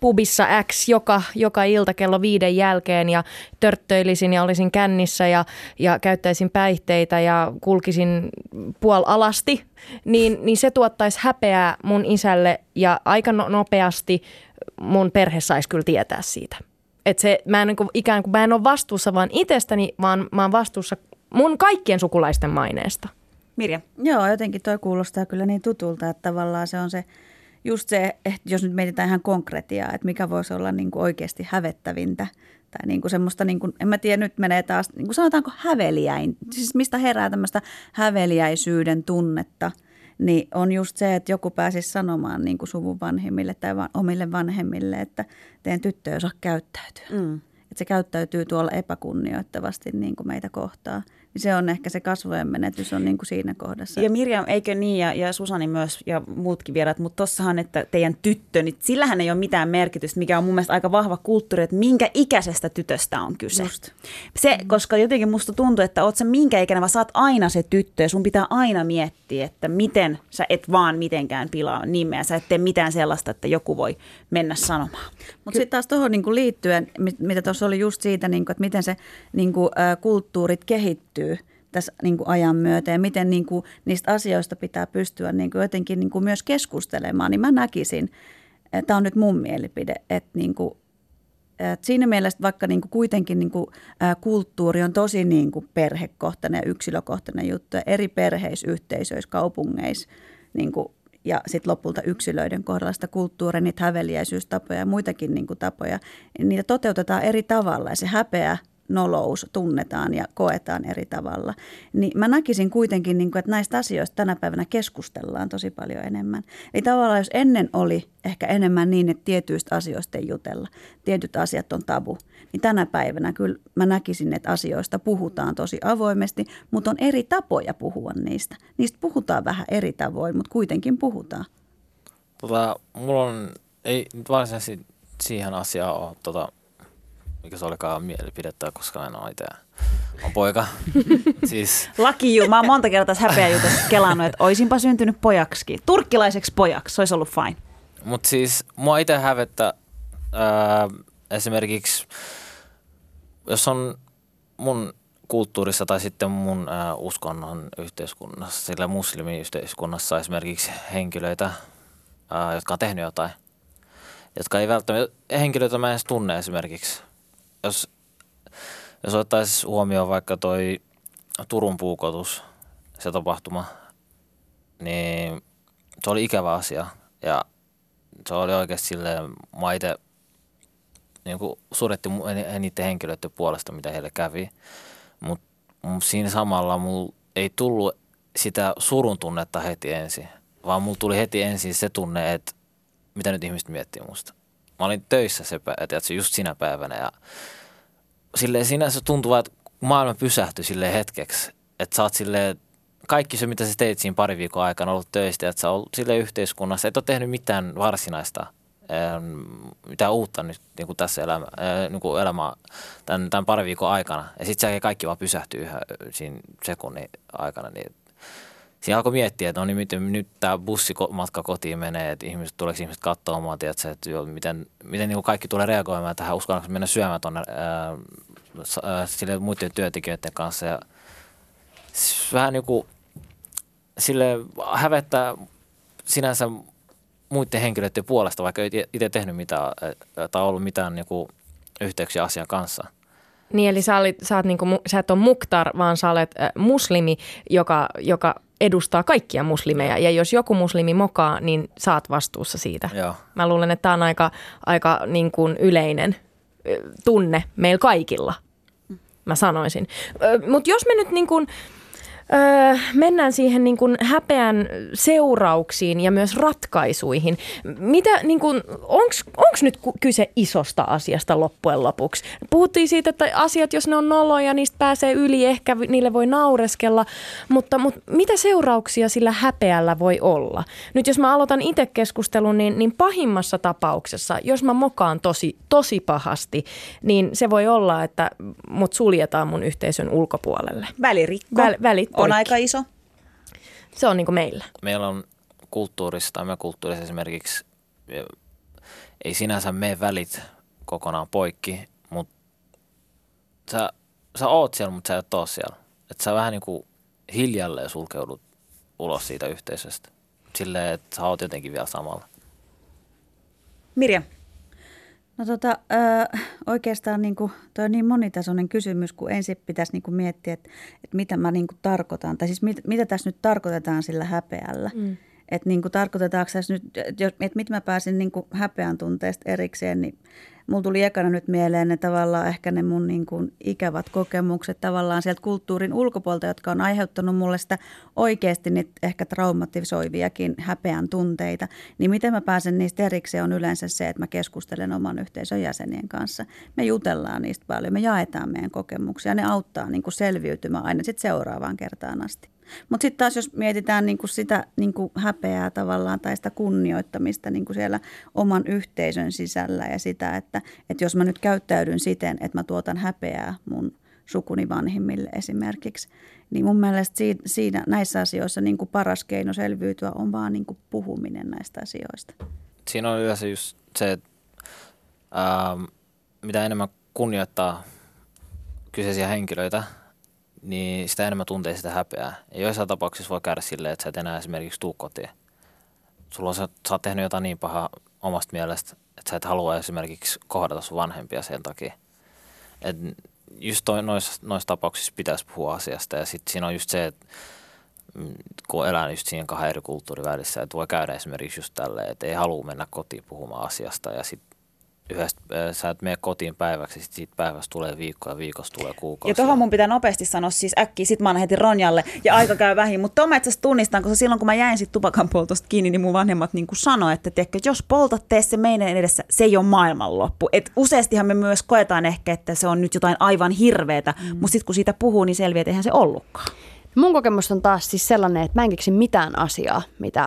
pubissa X joka, joka ilta kello viiden jälkeen ja törttöilisin ja olisin kännissä ja, ja käyttäisin päihteitä ja kulkisin puolalasti, niin, niin se tuottaisi häpeää mun isälle ja aika no- nopeasti mun perhe saisi kyllä tietää siitä. Että se, mä en, niin kuin, ikään kuin mä en ole vastuussa vaan itsestäni, vaan mä oon vastuussa mun kaikkien sukulaisten maineesta. Mirja. Joo, jotenkin toi kuulostaa kyllä niin tutulta, että tavallaan se on se, just se, että jos nyt mietitään ihan konkretiaa, että mikä voisi olla niin kuin oikeasti hävettävintä. Tai niin kuin semmoista, niin kuin, en mä tiedä, nyt menee taas, niin kuin sanotaanko häveliäin, siis mistä herää tämmöistä häveliäisyyden tunnetta, niin on just se, että joku pääsisi sanomaan niin kuin suvun vanhemmille tai omille vanhemmille, että teidän tyttö ei osaa käyttäytyä. Mm. Että se käyttäytyy tuolla epäkunnioittavasti niin kuin meitä kohtaa. Niin se on ehkä se kasvojen menetys on niin kuin siinä kohdassa. Ja Mirjam, eikö niin, ja, ja Susani myös ja muutkin vieraat, mutta tossahan, että teidän tyttö, niin sillähän ei ole mitään merkitystä, mikä on mun mielestä aika vahva kulttuuri, että minkä ikäisestä tytöstä on kyse. Just. Se, koska jotenkin musta tuntuu, että oot sä minkä ikäinen, vaan sä oot aina se tyttö ja sun pitää aina miettiä, että miten sä et vaan mitenkään pilaa nimeä. Sä et tee mitään sellaista, että joku voi mennä sanomaan. Mutta sitten taas tuohon niinku liittyen, mitä tuossa oli just siitä, niinku, että miten se niinku, ä, kulttuurit kehittyy tässä niin kuin ajan myötä ja miten niin kuin niistä asioista pitää pystyä niin kuin jotenkin niin kuin myös keskustelemaan, niin mä näkisin, tämä on nyt mun mielipide, että, niin kuin, että siinä mielessä vaikka niin kuin kuitenkin niin kuin, ä, kulttuuri on tosi niin kuin perhekohtainen ja yksilökohtainen juttu ja eri perheissä, yhteisöissä, kaupungeissa niin kuin, ja sitten lopulta yksilöiden kohdalla sitä kulttuuria, niitä häveliäisyystapoja ja muitakin niin kuin tapoja, niitä toteutetaan eri tavalla ja se häpeä, nolous tunnetaan ja koetaan eri tavalla. Niin mä näkisin kuitenkin, että näistä asioista tänä päivänä keskustellaan tosi paljon enemmän. Eli tavallaan jos ennen oli ehkä enemmän niin, että tietyistä asioista ei jutella, tietyt asiat on tabu, niin tänä päivänä kyllä mä näkisin, että asioista puhutaan tosi avoimesti, mutta on eri tapoja puhua niistä. Niistä puhutaan vähän eri tavoin, mutta kuitenkin puhutaan. Tota, mulla on, ei nyt varsinaisesti siihen asiaan ole tota, mikä se olikaan mielipidettä, koska en ole itse on poika. Siis. Laki, mä oon monta kertaa tässä häpeäjutussa kelannut, että oisinpa syntynyt pojaksikin. Turkkilaiseksi pojaksi, se olisi ollut fine. Mutta siis mua itse hävettä ää, esimerkiksi, jos on mun kulttuurissa tai sitten mun ää, uskonnon yhteiskunnassa, sillä muslimiyhteiskunnassa esimerkiksi henkilöitä, ää, jotka on tehnyt jotain, jotka ei välttämättä, henkilöitä mä en edes tunne esimerkiksi. Jos, jos ottaisiin huomioon vaikka toi Turun puukotus, se tapahtuma, niin se oli ikävä asia. Ja se oli oikeasti silleen, mä itse niin suretti niiden henkilöiden puolesta, mitä heille kävi. Mutta siinä samalla mulla ei tullut sitä surun tunnetta heti ensin, vaan mulla tuli heti ensin se tunne, että mitä nyt ihmiset miettii musta. Mä olin töissä se, tiedätkö, just sinä päivänä ja silleen sinänsä tuntuu, että maailma pysähtyi silleen hetkeksi. Että sä oot silleen, kaikki se mitä sä teit siinä pari viikon aikana ollut töistä, että sä oot silleen yhteiskunnassa, et ole tehnyt mitään varsinaista, mitään uutta nyt niin kuin tässä elämä, niin kuin elämää tämän, tämän pari viikon aikana. Ja sit se kaikki vaan pysähtyy yhä siinä sekunnin aikana. Niin siinä alkoi miettiä, että no niin, miten nyt tämä bussimatka kotiin menee, että ihmiset, tuleeko ihmiset katsomaan, tiedätkö, että jo, miten, miten niin kuin kaikki tulee reagoimaan tähän, uskallanko mennä syömään tuonne sille muiden työntekijöiden kanssa. Ja vähän niin kuin sille hävettää sinänsä muiden henkilöiden puolesta, vaikka ei itse tehnyt mitään tai ollut mitään niin kuin yhteyksiä asian kanssa. Niin, eli sä, olit, sä, oot niinku, sä et ole muktar, vaan sä olet äh, muslimi, joka, joka edustaa kaikkia muslimeja. Ja jos joku muslimi mokaa, niin sä oot vastuussa siitä. Joo. Mä luulen, että tää on aika, aika niin kuin yleinen tunne meillä kaikilla, mä sanoisin. Mutta jos me nyt niin kuin Öö, mennään siihen niin kuin häpeän seurauksiin ja myös ratkaisuihin. Mitä, niin kuin, onks, onks nyt kyse isosta asiasta loppujen lopuksi? Puhuttiin siitä, että asiat, jos ne on noloja, niistä pääsee yli, ehkä niille voi naureskella, mutta, mutta mitä seurauksia sillä häpeällä voi olla? Nyt jos mä aloitan itse keskustelun, niin, niin pahimmassa tapauksessa, jos mä mokaan tosi, tosi pahasti, niin se voi olla, että mut suljetaan mun yhteisön ulkopuolelle. Välirikko. Väl, välit on aika iso. Se on niin kuin meillä. Meillä on kulttuurissa, tai me kulttuurissa esimerkiksi, ei sinänsä mene välit kokonaan poikki, mutta sä, sä oot siellä, mutta sä et oo siellä. Että sä vähän niin kuin hiljalleen sulkeudut ulos siitä yhteisöstä. Silleen, että sä oot jotenkin vielä samalla. Mirja. No tota, ö, oikeastaan niin kuin, toi on niin monitasoinen kysymys, kun ensin pitäisi niin kuin miettiä, että, että mitä mä niin kuin tarkoitan. Tai siis mit, mitä tässä nyt tarkoitetaan sillä häpeällä. Mm. Että niin kuin tarkoitetaanko tässä nyt, että mitä mä pääsin niin kuin häpeän tunteesta erikseen, niin mulla tuli ekana nyt mieleen ne tavallaan ehkä ne mun niin kuin ikävät kokemukset tavallaan sieltä kulttuurin ulkopuolelta, jotka on aiheuttanut mulle sitä oikeasti niitä ehkä traumatisoiviakin häpeän tunteita. Niin miten mä pääsen niistä erikseen on yleensä se, että mä keskustelen oman yhteisön jäsenien kanssa. Me jutellaan niistä paljon, me jaetaan meidän kokemuksia, ne auttaa niin kuin selviytymään aina sitten seuraavaan kertaan asti. Mutta sitten taas jos mietitään niinku sitä niinku häpeää tavallaan tai sitä kunnioittamista niinku siellä oman yhteisön sisällä ja sitä, että, että jos mä nyt käyttäydyn siten, että mä tuotan häpeää mun sukuni vanhimmille esimerkiksi, niin mun mielestä siinä, siinä näissä asioissa niinku paras keino selviytyä on vaan niinku puhuminen näistä asioista. Siinä on yleensä just se, että ää, mitä enemmän kunnioittaa kyseisiä henkilöitä, niin sitä enemmän tuntee sitä häpeää. Ja joissain tapauksissa voi käydä silleen, että sä et enää esimerkiksi tuu kotiin. Sulla on, sä, sä oot tehnyt jotain niin pahaa omasta mielestä, että sä et halua esimerkiksi kohdata sun vanhempia sen takia. Et just noissa nois tapauksissa pitäisi puhua asiasta. Ja sitten siinä on just se, että kun elää just siinä kahden eri kulttuurin välissä, että voi käydä esimerkiksi just tälleen, että ei halua mennä kotiin puhumaan asiasta ja sitten yhdestä, sä et mene kotiin päiväksi, sitten siitä päivästä tulee viikko ja viikosta tulee kuukausi. Ja tuohon mun pitää nopeasti sanoa siis äkkiä, sit mä annan heti Ronjalle ja aika käy vähin. Mutta tuon mä itse asiassa tunnistan, koska silloin kun mä jäin sit tupakan poltosta kiinni, niin mun vanhemmat niin sanoi, että tiedätkö, jos poltat, tee se meidän edessä, se ei ole maailmanloppu. Et useastihan me myös koetaan ehkä, että se on nyt jotain aivan hirveetä, mm. mutta sitten kun siitä puhuu, niin selviää, että eihän se ollutkaan. Mun kokemus on taas siis sellainen, että mä en keksi mitään asiaa, mitä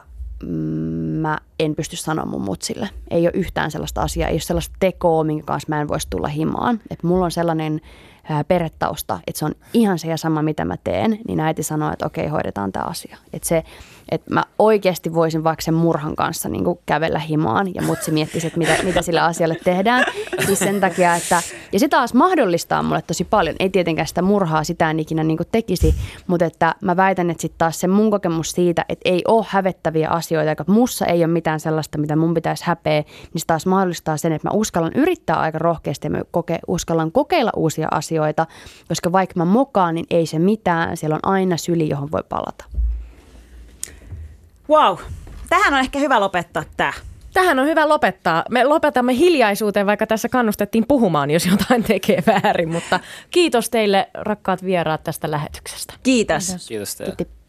mä en pysty sanoa mun mutsille. Ei ole yhtään sellaista asiaa, ei ole sellaista tekoa, minkä kanssa mä en voisi tulla himaan. Et mulla on sellainen ää, perhetausta, että se on ihan se ja sama, mitä mä teen, niin äiti sanoo, että okei, hoidetaan tämä asia. Että se, että mä oikeasti voisin vaikka sen murhan kanssa niin kuin kävellä himaan ja mutsi miettisi, että mitä, mitä sillä asialle tehdään. Siis sen takia, että, ja se taas mahdollistaa mulle tosi paljon. Ei tietenkään sitä murhaa sitä en ikinä niin kuin tekisi, mutta että mä väitän, että sitten taas se mun kokemus siitä, että ei ole hävettäviä asioita, eikä mussa ei ole mitään sellaista, mitä mun pitäisi häpeä, niin se taas mahdollistaa sen, että mä uskallan yrittää aika rohkeasti ja mä koke, uskallan kokeilla uusia asioita, koska vaikka mä mokaan, niin ei se mitään. Siellä on aina syli, johon voi palata. Wow, tähän on ehkä hyvä lopettaa tämä. Tähän on hyvä lopettaa. Me lopetamme hiljaisuuteen, vaikka tässä kannustettiin puhumaan, jos jotain tekee väärin. Mutta kiitos teille, rakkaat vieraat, tästä lähetyksestä. Kiitos. Kiitos. Kiitos teille. Kiitos.